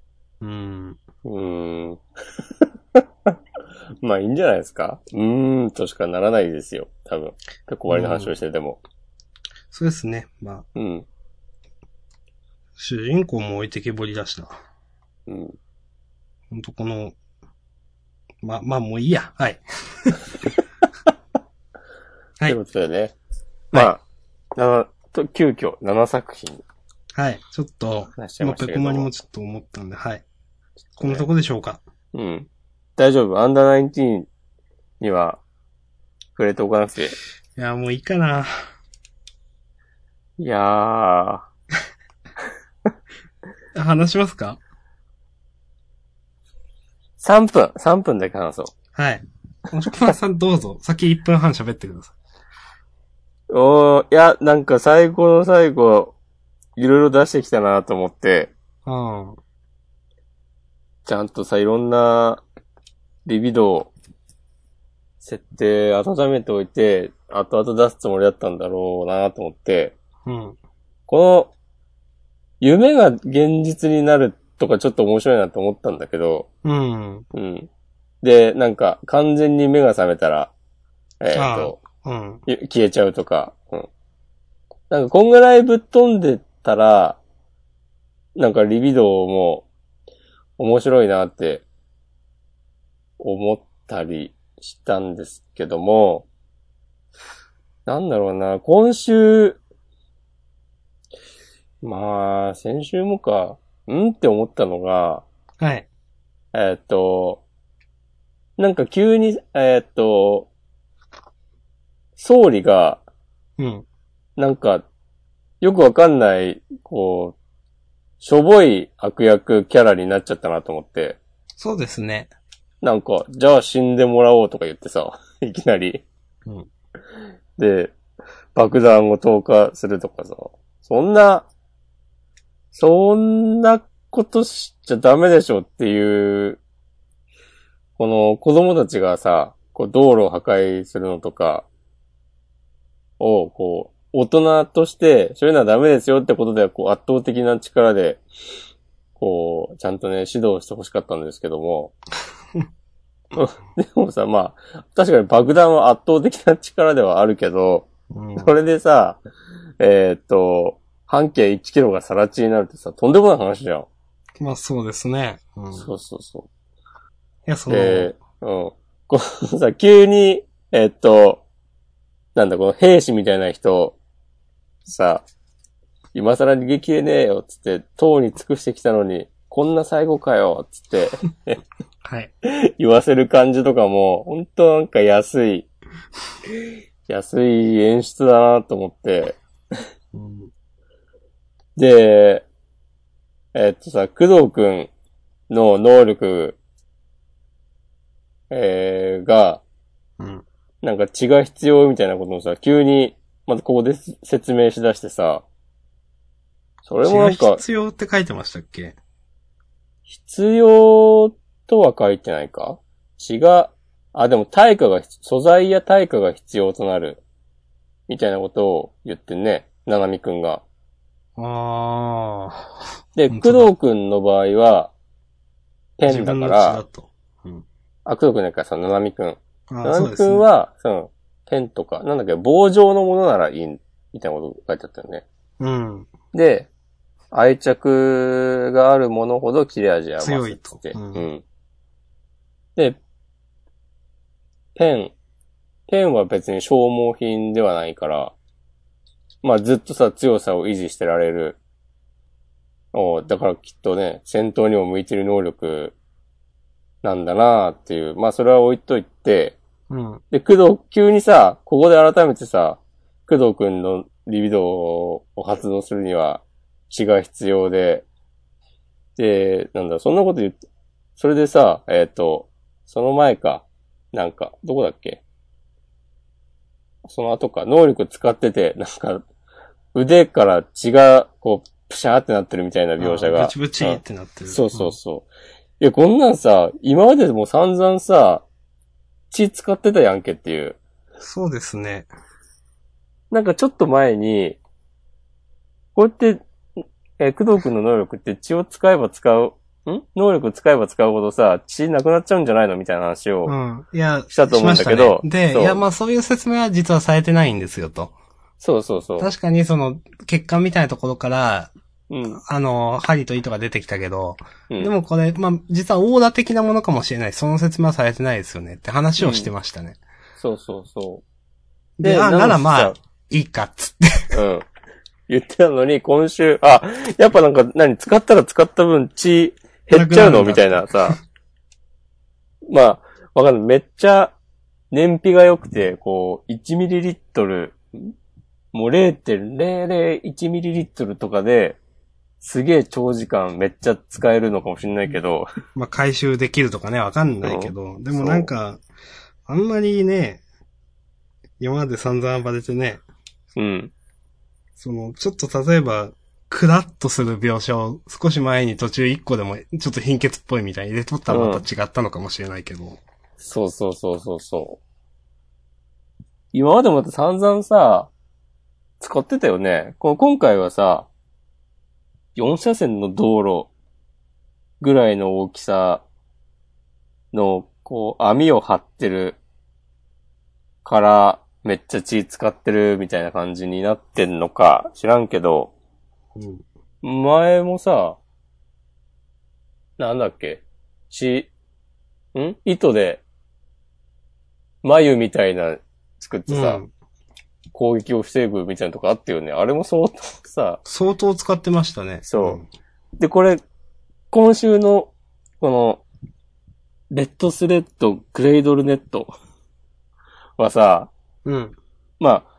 まあいいんじゃないですかとしかならないですよ。多分。結構終わりの話をしてても。 そうですね。まあ。主人公も置いてけぼりだしな。ほんとこの、まあもういいや。はい。 はい。ということでね。まあ、急遽7作品。 はい。ちょっと、今ペコマにもちょっと思ったんで、はい。こんなとこでしょうか。 大丈夫。アンダー19には触れておかなくて。 いや、もういいかな。 いやー。 話しますか？ 3分だけ話そう。 はい。おしこまさんどうぞ。先1分半喋ってください。 いや、なんか最後の最後、いろいろ出してきたなと思って。ちゃんとさ、いろんな、リビドー、設定、温めておいて、後々出すつもりだったんだろうなと思って。この、夢が現実になるとかちょっと面白いなと思ったんだけど、 うん。 うん。で、なんか、完全に目が覚めたら、 うん。 消えちゃうとか、うん。なんか、こんぐらいぶっ飛んでたら、なんか、リビドーも面白いなって思ったりしたんですけども、なんだろうな、今週、まあ、先週もか、って思ったのが、 はい。 えっと、なんか急に、総理が、 うん。 なんか、よくわかんない、こう、しょぼい悪役キャラになっちゃったなと思って、 そうですね。 なんか、じゃあ死んでもらおうとか言ってさ、いきなり。 うん。 で、爆弾を投下するとかさ、そんなことしちゃダメでしょっていう、この子供たちがさ、こう道路を破壊するのとかを、こう、大人として、そういうのはダメですよってことでは、こう、圧倒的な力で、こう、ちゃんとね、指導してほしかったんですけども、でもさ、まあ、確かに爆弾は圧倒的な力ではあるけど、 うん。 それでさ、半径1キロが更地になるってさ、とんでもない話じゃん。 まあそうですね。うん。いそうそうそや、 う。で、うん。このさ、急に、なんだ、この兵士みたいな人、さ、今更逃げ切れねえよ、つって、塔に尽くしてきたのに、こんな最後かよ、つってはい。 言わせる感じとかも、ほんとなんか安い演出だなと思って。 うん。 で、工藤くんの能力、が、 うん。 なんか血が必要みたいなことをさ、急に、まずここで説明しだしてさ、それ血がもなんか、 必要って書いてましたっけ？ 必要とは書いてないか？血が、でも素材や対価が必要となる、みたいなことを言ってね、ななみくんが。 ああ。 で、工本当だ。 藤くんの場合は、ペンだ自分の血だから、 と。うん。 工藤くんだからさ、ななみくん。 ああ、 ななみそうですね。 くんは、その、ペンとか、なんだっけ、棒状のものならいい、みたいなこと書いてあったよね。 うん。 で、愛着があるものほど切れ味は増強いと。 すっつって。 うん。 うん。で、ペン、ペンは別に消耗品ではないから、まあずっとさ、強さを維持してられる。だからきっとね、戦闘にも向いてる能力なんだなっていう。まあそれは置いといて、 うん。 で、急にさ、ここで改めてさ、工藤くんのリビドーを発動するには血が必要で、で、なんだ、そんなこと言って、それでさ、その前か、なんか、どこだっけ？その後か、能力使ってて、なんか、腕から血が、こう、プシャーってなってるみたいな描ああ、ブ写が。 チブチってなってる。 そうそうそう。いや、こんなんさ、今まででも散々さ、血使ってたやんけっていう。 そうですね。 なんかちょっと前に、こうやって、工藤くんの能力って血を使えば使う、能力使えば使うほどさ、血なくなっちゃうんじゃないのみたいな話をうん。いや、 したと思うんだけど、 しましたね。で、いや、まあそういう説明は実はされてないんですよと。 そうそうそ確かにその、血管みたいなところから、 う。うん。 針と糸が出てきたけど、 うん。 でもこれ、まあ、実はオーダー的なものかもしれない。その説明はされてないですよねって話をしてましたね。 そうそうそう。 で、 なならまあ、 のしさ、 いいかっつって。 うん。言ってたのに、今週、やっぱなんか、使ったら使った分血減っちゃうのみたいなさ。まあ、わかんない。めっちゃ燃費が良くて、こう、1ml、もう 0.001ml とかで、すげえ長時間めっちゃ使えるのかもしれないけど、 まあ、回収できるとかね、わかんないけど、でもなんか、あんまりね、今まで散々暴れてね、 うん。 その、ちょっと例えば、クラッとする描写を少し前に途中1個でもちょっと貧血っぽいみたいに入れとったらまた違ったのかもしれないけど。 そうそうそうそうそう。今までも散々さ、使ってたよね。今回はさ、4車線の道路ぐらいの大きさの、こう、網を張ってるから、めっちゃ血使ってるみたいな感じになってんのか知らんけど、前もさ、なんだっけ糸で、眉みたいな作ってさ、攻撃を防ぐみたいなとこあったよね。あれも相当さ。 相当使ってましたね。 そう。で、これ、今週の、この、レッドスレッドグレイドルネットはさ、まあ、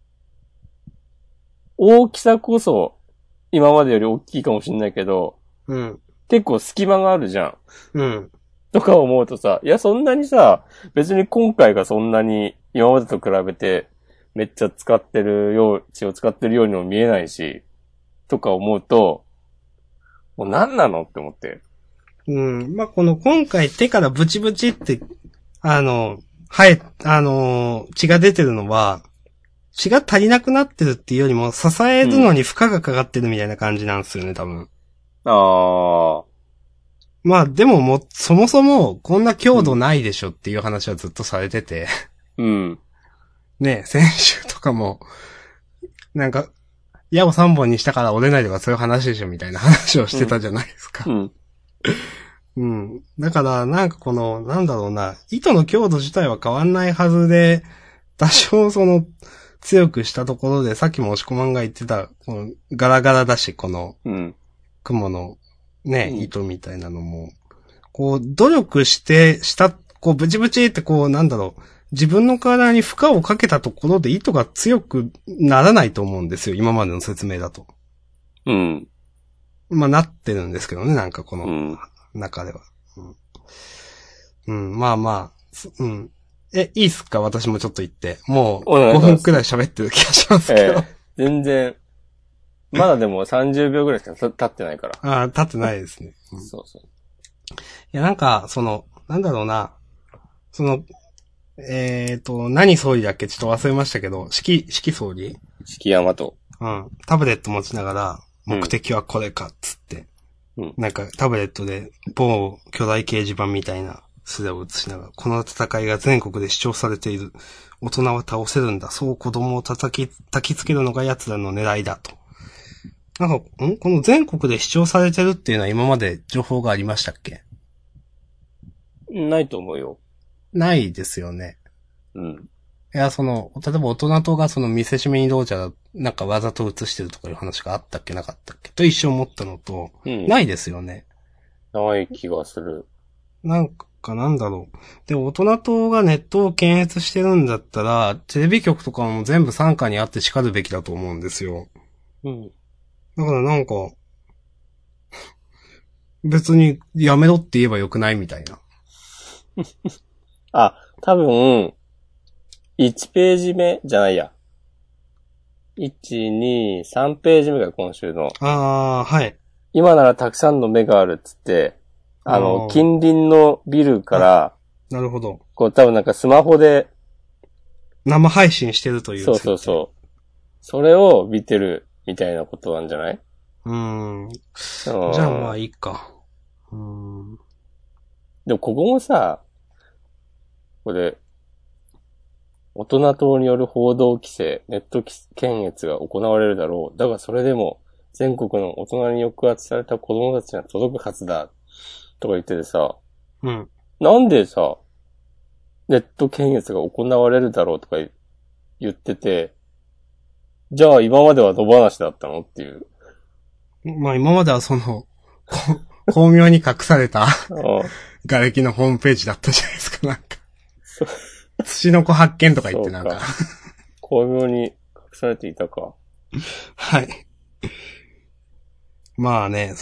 大きさこそ、今までより大きいかもしんないけど、結構隙間があるじゃん。とか思うとさ、いや、そんなにさ、別に今回がそんなに今までと比べて、めっちゃ血を使ってるようにも見えないし、とか思うと、もう何なのって思って。 まあ、この今回手からブチブチって、血が出てるのは、血が足りなくなってるっていうよりも、支えるのに負荷がかかってるみたいな感じなんですよね、多分。まあ、でもそもそも、こんな強度ないでしょっていう話はずっとされてて。ね、先週とかも、なんか、矢を3本にしたから折れないとかそういう話でしょみたいな話をしてたじゃないですか。だから、なんかこの、なんだろうな、糸の強度自体は変わんないはずで、多少強くしたところで、さっきも押し込まんが言ってた、この、ガラガラだし、この、雲の、ね、糸みたいなのも、こう、努力して、こう、ブチブチってこう、なんだろう、自分の体に負荷をかけたところで糸が強くならないと思うんですよ、今までの説明だと。まあ、なってるんですけどね、なんかこの、中では。まあまあ、いいっすか私もちょっと言って。もう、5分くらい喋ってる気がしますけど。 全然、まだでも30秒ぐらいしか経ってないから。 経ってないですね。 そうそう。 いや、なんか、なんだろうな。何総理だっけちょっと忘れましたけど、四季総理四季山と。 タブレット持ちながら、目的はこれか、つって。なんか、タブレットで、某巨大掲示板みたいな素手を映しながら、この戦いが全国で視聴されている。大人は倒せるんだ。そう子供を焚きつけるのが奴らの狙いだと。なんか、この全国で視聴されてるっていうのは今まで情報がありましたっけ？ ないと思うよ。 ないですよね。いや、例えば大人党が見せしめにどうじゃ、なんかわざと映してるとかいう話があったっけなかったっけと一瞬思ったのと、ないですよね。 ない気がする。 なんかなんだろう。で、大人党がネットを検閲してるんだったら、テレビ局とかも全部傘下にあって叱るべきだと思うんですよ。だからなんか、別にやめろって言えばよくないみたいな。 多分、1ページ目じゃないや。1、2、3ページ目が今週の。 はい。 今ならたくさんの目があるっつって、近隣のビルから、 なるほど。 こう多分なんかスマホで、 生配信してるという。 そう。それを見てるみたいなことなんじゃない？ じゃあまあいいか。 でもここもさ、これ、大人党による報道規制、ネット検閲が行われるだろう。だがそれでも、全国の大人に抑圧された子供たちには届くはずだ。とか言っててさ、なんでさ、ネット検閲が行われるだろうとか言ってて、じゃあ今までは野放しだったのっていう。 まあ今までは巧妙に隠された瓦礫のホームページだったじゃないですか、なんか。土の子発見とか言ってなんか。 巧妙に隠されていたか。 はい。まあね、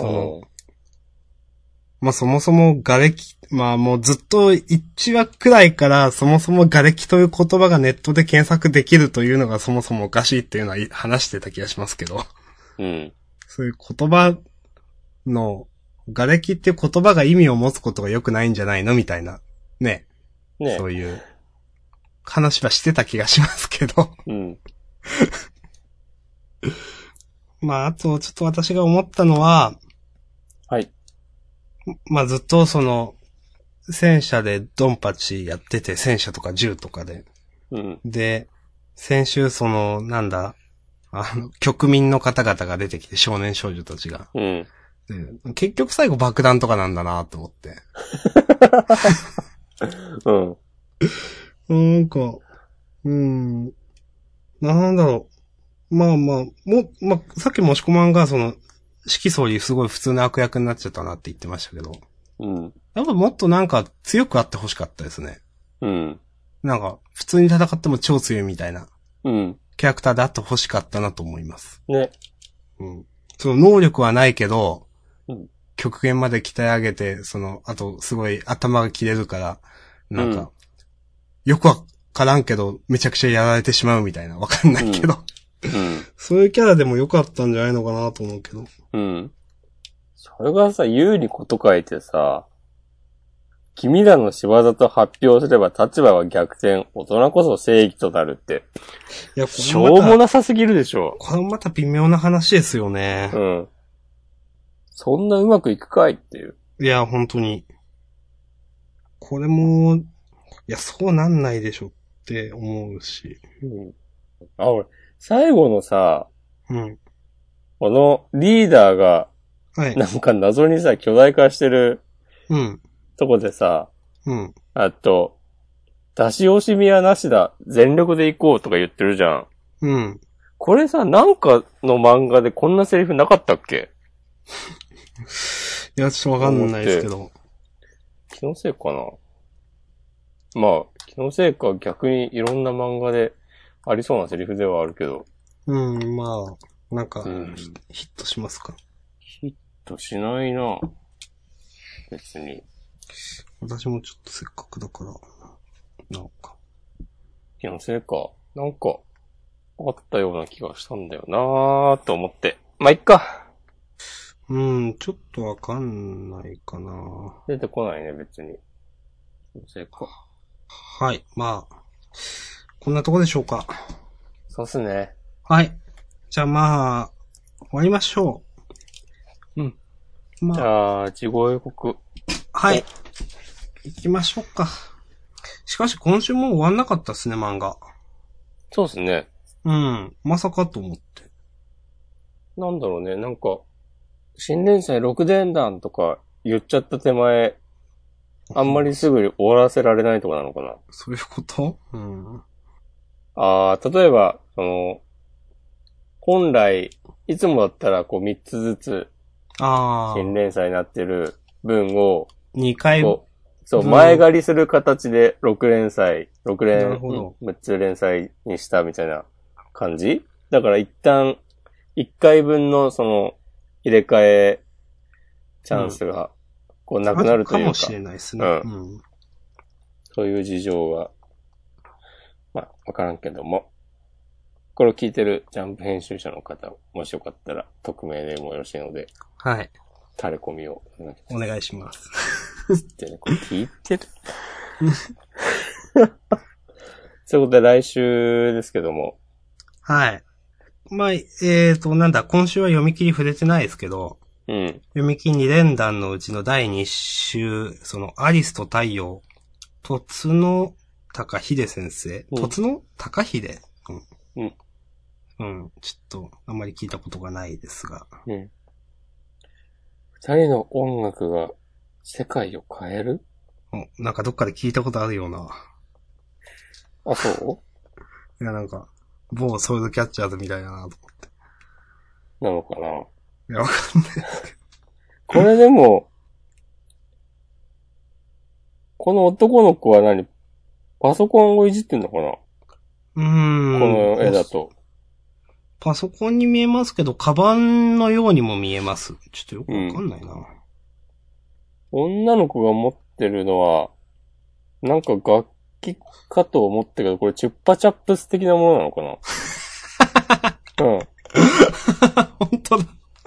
まあそもそも瓦礫、まあもうずっと1話くらいからそもそも瓦礫という言葉がネットで検索できるというのがそもそもおかしいっていうのは話してた気がしますけど。そういう言葉の、瓦礫っていう言葉が意味を持つことが良くないんじゃないのみたいな。ね。そういう話はしてた気がしますけど。まああとちょっと私が思ったのは、 はい。 まあずっと戦車でドンパチやってて、戦車とか銃とかで。 うん。 で、先週局民の方々が出てきて、少年少女たちが。 うん。 で結局最後爆弾とかなんだなと思って。 うん。 なんか、なんだろう。まあ、さっきもしこまんが指揮総理すごい普通の悪役になっちゃったなって言ってましたけど。 うん。 やっぱもっとなんか強くあってほしかったですね。 うん。 なんか、普通に戦っても超強いみたいな、 うん。 キャラクターであってほしかったなと思います。 ね。 うん。能力はないけど、 うん。 極限まで鍛え上げて、あと、すごい頭が切れるから、なんか、よくわからんけど、めちゃくちゃやられてしまうみたいな、わかんないけど。 うん。 そういうキャラでもよかったんじゃないのかなと思うけど。 うん。それがさ、有利こと書いてさ、君らの仕業と発表すれば立場は逆転、大人こそ正義となるって。 いや、 しょうもなさすぎるでしょ。 これまた微妙な話ですよね。 うん。そんなうまくいくかいっていう。 いや、本当に。これも、いや、そうなんないでしょって思うし。 うん。俺、最後のさ、 うん。 このリーダーが、 はい。 なんか謎にさ、巨大化してるうん。 とこでさ、 うん。 あと、出し惜しみはなしだ、全力で行こうとか言ってるじゃん。 うん。 これさ、なんかの漫画でこんなセリフなかったっけ？ いや、ちょっとわかんないですけど。 気のせいかな。まあ、気のせいか逆にいろんな漫画でありそうなセリフではあるけど。 うん、まあ、なんか、 うん、 ヒットしますか。 ヒットしないな。別に。 私もちょっとせっかくだから、なんか。 気のせいか。なんか、あったような気がしたんだよなーと思って。まあ、いっか。 ちょっとわかんないかな。 出てこないね、別に。気のせいか。 はい、まあ、こんなとこでしょうか。 そうっすね。 はい。じゃあまあ、終わりましょうん。 まあ、 じゃあ、事後予告。 はい。行きましょうか。しかし今週も終わんなかったっすね、漫画。 そうっすね。 うん。まさかと思って。 なんだろうね、なんか、新連載6連弾とか言っちゃった手前、あんまりすぐに終わらせられないとかなのかな。 そういうこと？うん。 例えば、本来、いつもだったらこう3つずつ、新連載になってる分を、 2回、 そう、前借りする形で6連載、6つ連載にしたみたいな感じ？だから一旦、1回分の入れ替えチャンスが、こうなくなるというか。 かもしれないですね。 うん。そういう事情が、まあ、わからんけども。これを聞いてるジャンプ編集者の方、もしよかったら、匿名でもよろしいので、 はい。 垂れ込みをお願いします。 ってね、これ聞いてるそういうことで来週ですけども。 はい。まあ、なんだ、今週は読み切り触れてないですけど、 うん。 読み切り2連弾のうちの第2週、アリスと太陽、とつの高秀先生、とつの高秀、 うん。 うん。ちょっと、あんまり聞いたことがないですが。 うん。二人の音楽が世界を変える？ なんかどっかで聞いたことあるような。 あ、そう？ いや、なんか、某ソウルキャッチャーズみたいだなと思って。 なのかな？ いや、わかんないですけど。 これでも、この男の子はパソコンをいじってんのかな？この絵だと。 パソコンに見えますけど、カバンのようにも見えます。ちょっとよくわかんないな。 女の子が持ってるのは、なんか楽器かと思ったけど、これチュッパチャップス的なものなのかな？うん。 本当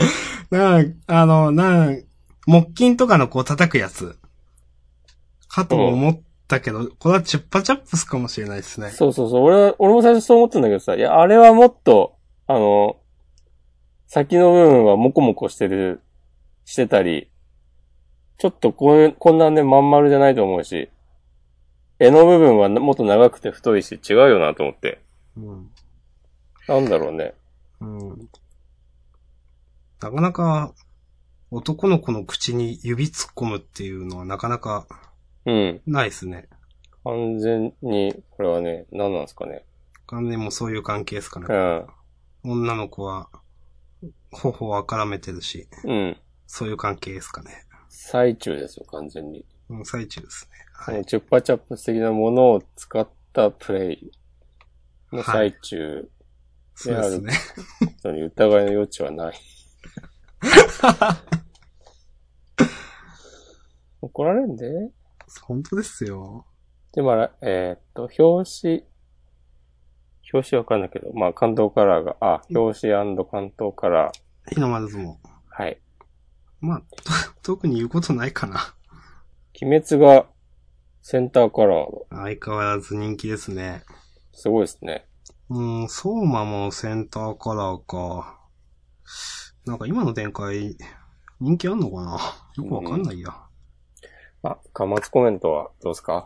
だ。木琴とかのこう叩くやつ。かと思ったけど、これはチュッパチャップスかもしれないですね。 そうそうそう。俺も最初そう思ったんだけどさ、いや、あれはもっと、先の部分はモコモコしてたり、 ちょっとこんなね、まん丸じゃないと思うし、柄の部分はもっと長くて太いし、違うよなと思って。 うん。 なんだろうね。 うん。なかなか、男の子の口に指突っ込むっていうのはなかなか、 うん。 ないですね。 完全に、これはね、何なんですかね。 完全にもうそういう関係ですかね。 うん。 女の子は、頬をあからめてるし、 うん。 そういう関係ですかね。 最中ですよ、完全に。 うん、最中ですね。 こはい。 のチュッパチャップス的なものを使ったプレイのはい最中そうですね。 であることに疑いの余地はない。怒られんで。 本当ですよ。 で、まあ、表紙わかんないけど、まあ、関東カラーが、表紙関東カラー。 日の丸相撲。 はい。 まあ、特に言うことないかな。 鬼滅がセンターカラー。 相変わらず人気ですね。 すごいですね。 相馬もセンターカラーか。なんか今の展開、人気あんのかなよくわかんないや。 貨物コメントはどうですか？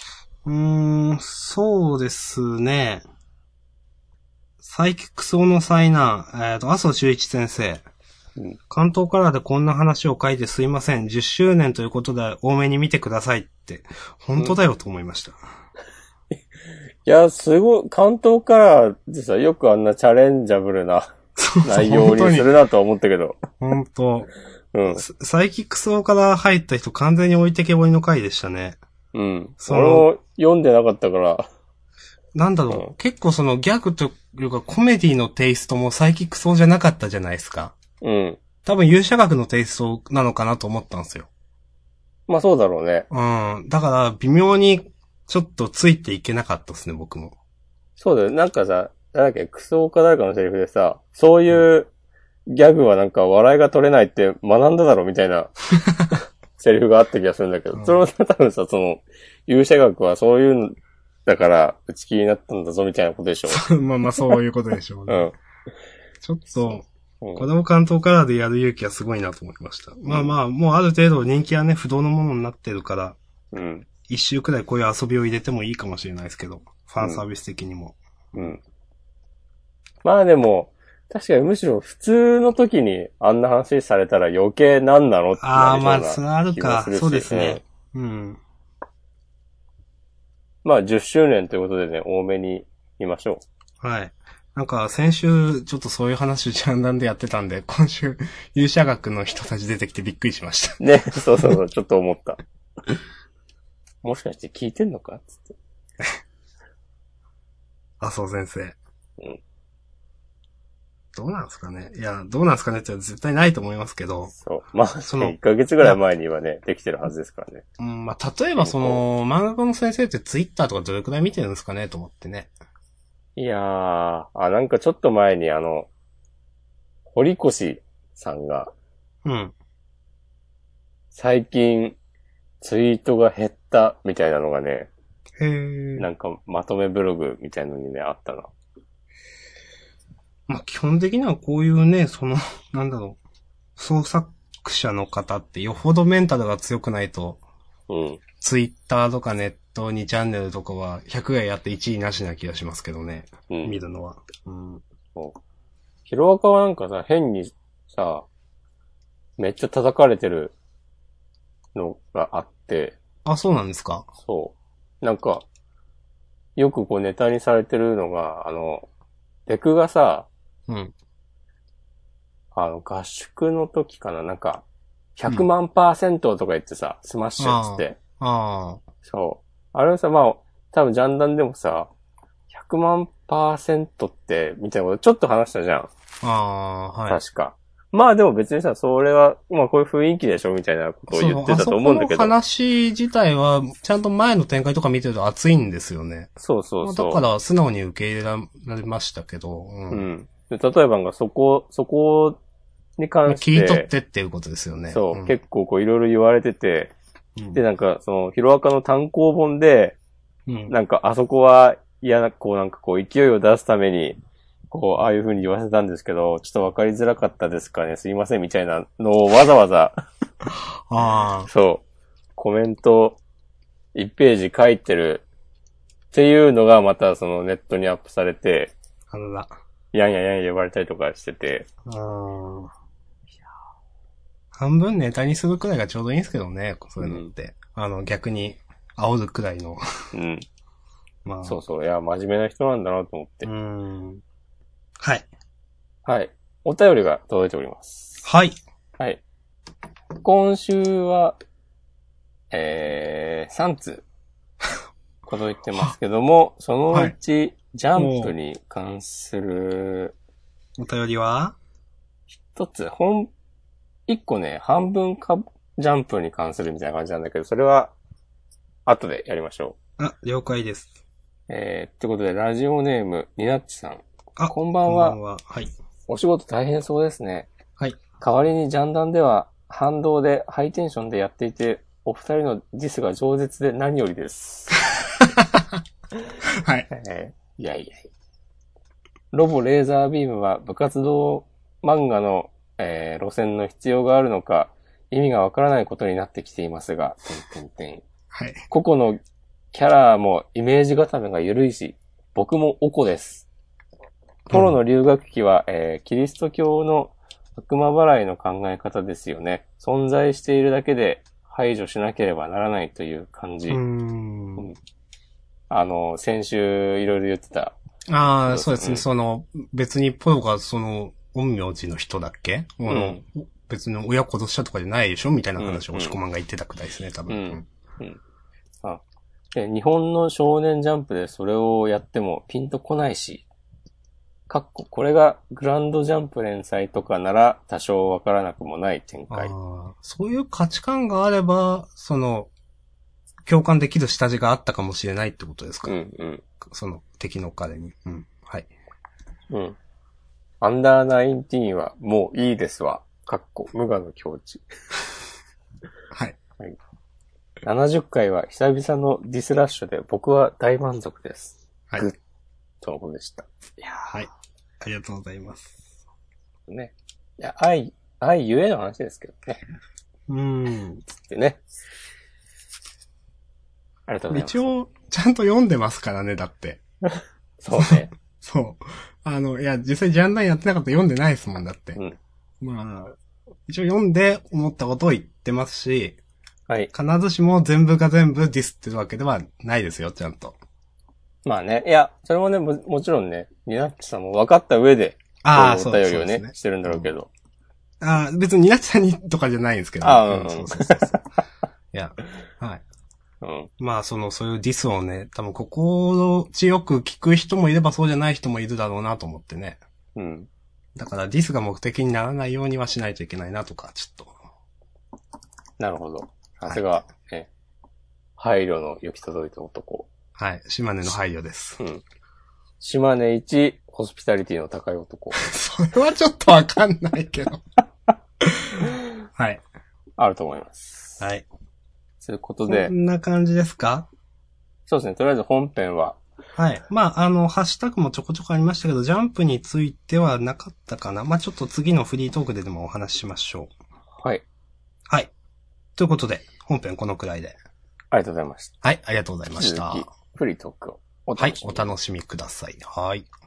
そうですね。サイキックスオの災難、麻生修一先生。関東カラーでこんな話を書いてすいません。10周年ということで多めに見てくださいって。本当だよと思いました。 いや、すごい、関東カラーでさ、よくあんなチャレンジャブルな内容にするなとは思ったけど。 本当。 うん。 サイキックスオから入った人完全に置いてけぼりの回でしたね。 うん。俺も読んでなかったから。 なんだろう、結構そのギャグというかコメディのテイストもサイキックスオじゃなかったじゃないですか。 うん。 多分勇者学のテイストなのかなと思ったんですよ。 まあそうだろうね。 うん。だから微妙にちょっとついていけなかったですね、僕も。 そうだよ。なんかさ、なんだっけ、クソか誰かのセリフでさ、そういうギャグはなんか笑いが取れないって学んだだろみたいなセリフがあった気がするんだけど、それは多分さ、その、勇者学はそういうのだから打ち切りになったんだぞみたいなことでしょ。 まあまあそういうことでしょうね。うん。ちょっと、子供関東カラーでやる勇気はすごいなと思いました。まあまあ、もうある程度人気はね、不動のものになってるから、 うん。 一周くらいこういう遊びを入れてもいいかもしれないですけど、ファンサービス的にも。 うん。まあでも、確かにむしろ普通の時にあんな話されたら余計なんなのってなりそうな気がするし。 まあ、それあるか。そうですね。うん。 まあ10周年ということでね、多めに見ましょう。はい。なんか先週ちょっとそういう話ジャンダンでやってたんで、今週勇者学の人たち出てきてびっくりしました。 ね、そうそうそう、ちょっと思った。もしかして聞いてんのかつって。 麻生先生。 うん。 どうなんすかね。いや、どうなんすかねって絶対ないと思いますけど。 そう。まあ、その1ヶ月ぐらい前にはね、できてるはずですからね。 うん、まあ、例えばその、漫画家の先生ってツイッターとかどれくらい見てるんですかねと思ってね。 いやー、なんかちょっと前に堀越さんが、 うん。 最近、ツイートが減ったみたいなのがね、なんかまとめブログみたいのにね、あったな。 まあ、基本的にはこういうね、その、なんだろう、創作者の方ってよほどメンタルが強くないと、 うん。 ツイッターとかネット2チャンネルとかは100回やって1位なしな気がしますけどね。うん。見るのは。うん。 ヒロアカはなんかさ、変にさ、めっちゃ叩かれてるのがあって。 あ、そうなんですか？ そう。なんか、よくこうネタにされてるのが、デクがさ、 うん。 合宿の時かな、なんか、100万%とか言ってさ、スマッシュっつって。そう。あれはさ、まあ、多分ジャンダンでもさ、100万%って、みたいなことちょっと話したじゃん。 はい。 確か。まあでも別にさ、それは、まあこういう雰囲気でしょみたいなことを言ってたと思うんだけど。 その話自体は、ちゃんと前の展開とか見てると熱いんですよね。 そうそうそう。 だから素直に受け入れられましたけど。 うん。で例えばそこに関して。 切り取ってっていうことですよね。 そう。結構こういろいろ言われてて。で、なんかその、ヒロアカの単行本で、なんかあそこは嫌な、こうなんかこう勢いを出すために、 こう、ああいう風に言わせたんですけど、ちょっとわかりづらかったですかね、すいません、みたいなのをわざわざ、 あそう、コメント1ページ書いてるっていうのがまたそのネットにアップされて、 あ、あら。 やんややんや言われたりとかしてて、 半分ネタにするくらいがちょうどいいんですけどね、そういうのって。逆に、煽るくらいの。 うん。 まあ。 そうそう、いや、真面目な人なんだなと思って。 はい。 はい。お便りが届いております。 はい。 はい。今週は、3通届いてますけども、そのうち、ジャンプに関する、 お便りは一つ、一個ね、半分ジャンプに関するみたいな感じなんだけど、それは、後でやりましょう。了解です。 ってことで、ラジオネーム、ニナッチさん。こんばんは。こんばんは。はい。 お仕事大変そうですね。 はい。 代わりにジャンダンでは、反動でハイテンションでやっていて、お二人のディスが饒舌で何よりです。 はい。 いやいや。ロボレーザービームは部活動漫画の、路線の必要があるのか、意味がわからないことになってきていますが、 はい。 個々のキャラもイメージ固めが緩いし、僕もおこです。ポロの留学期は、キリスト教の悪魔払いの考え方ですよね。存在しているだけで排除しなければならないという感じ。先週いろいろ言ってた。 ああ、そうですね。別にポロが陰陽師の人だっけ別に親殺したとかじゃないでしょみたいな話を押し込まんが言ってたくらいですね、多分。 日本の少年ジャンプでそれをやってもピンとこないし、これがグランドジャンプ連載とかなら多少わからなくもない展開。 そういう価値観があれば、共感できる下地があったかもしれないってことですか？敵の彼に。はい。 アンダー19はもういいですわ。無我の境地。 はい。 70回は久々のディスラッシュで僕は大満足です。 はい。 グッとのことでした。 はい。ありがとうございます。 ね。いや、愛ゆえの話ですけどね。つってね。ありがとうございます。 一応、ちゃんと読んでますからね、だって。 そうね。 そう。いや、実際ジャンダンやってなかったら読んでないですもん、だって。まあ、一応読んで思ったことを言ってますし、 はい。 必ずしも全部が全部ディスってるわけではないですよ、ちゃんと。 まあね。いや、それもね、もちろんね、ニナッチさんも分かった上で、お便りをね、してるんだろうけど。 別にニナッチさんにとかじゃないんですけど。そう。いや、はい。まあ、そういうディスをね、多分心地よく聞く人もいればそうじゃない人もいるだろうなと思ってね。だからディスが目的にならないようにはしないといけないなとか、ちょっと。 なるほど。さすが、ね、配慮の行き届いた男。 はい。島根の配慮です。 島根一ホスピタリティの高い男。 それはちょっとわかんないけど。はい。 あると思います。 はい。 ということで。 こんな感じですか？ そうですね。とりあえず本編は。 はい。まあ、ハッシュタグもちょこちょこありましたけど、ジャンプについてはなかったかな。まあ、ちょっと次のフリートークでもお話ししましょう。はい。 はい。ということで、本編このくらいで。 ありがとうございました。 はい、ありがとうございました。 フリートークをはい、お楽しみください。はい。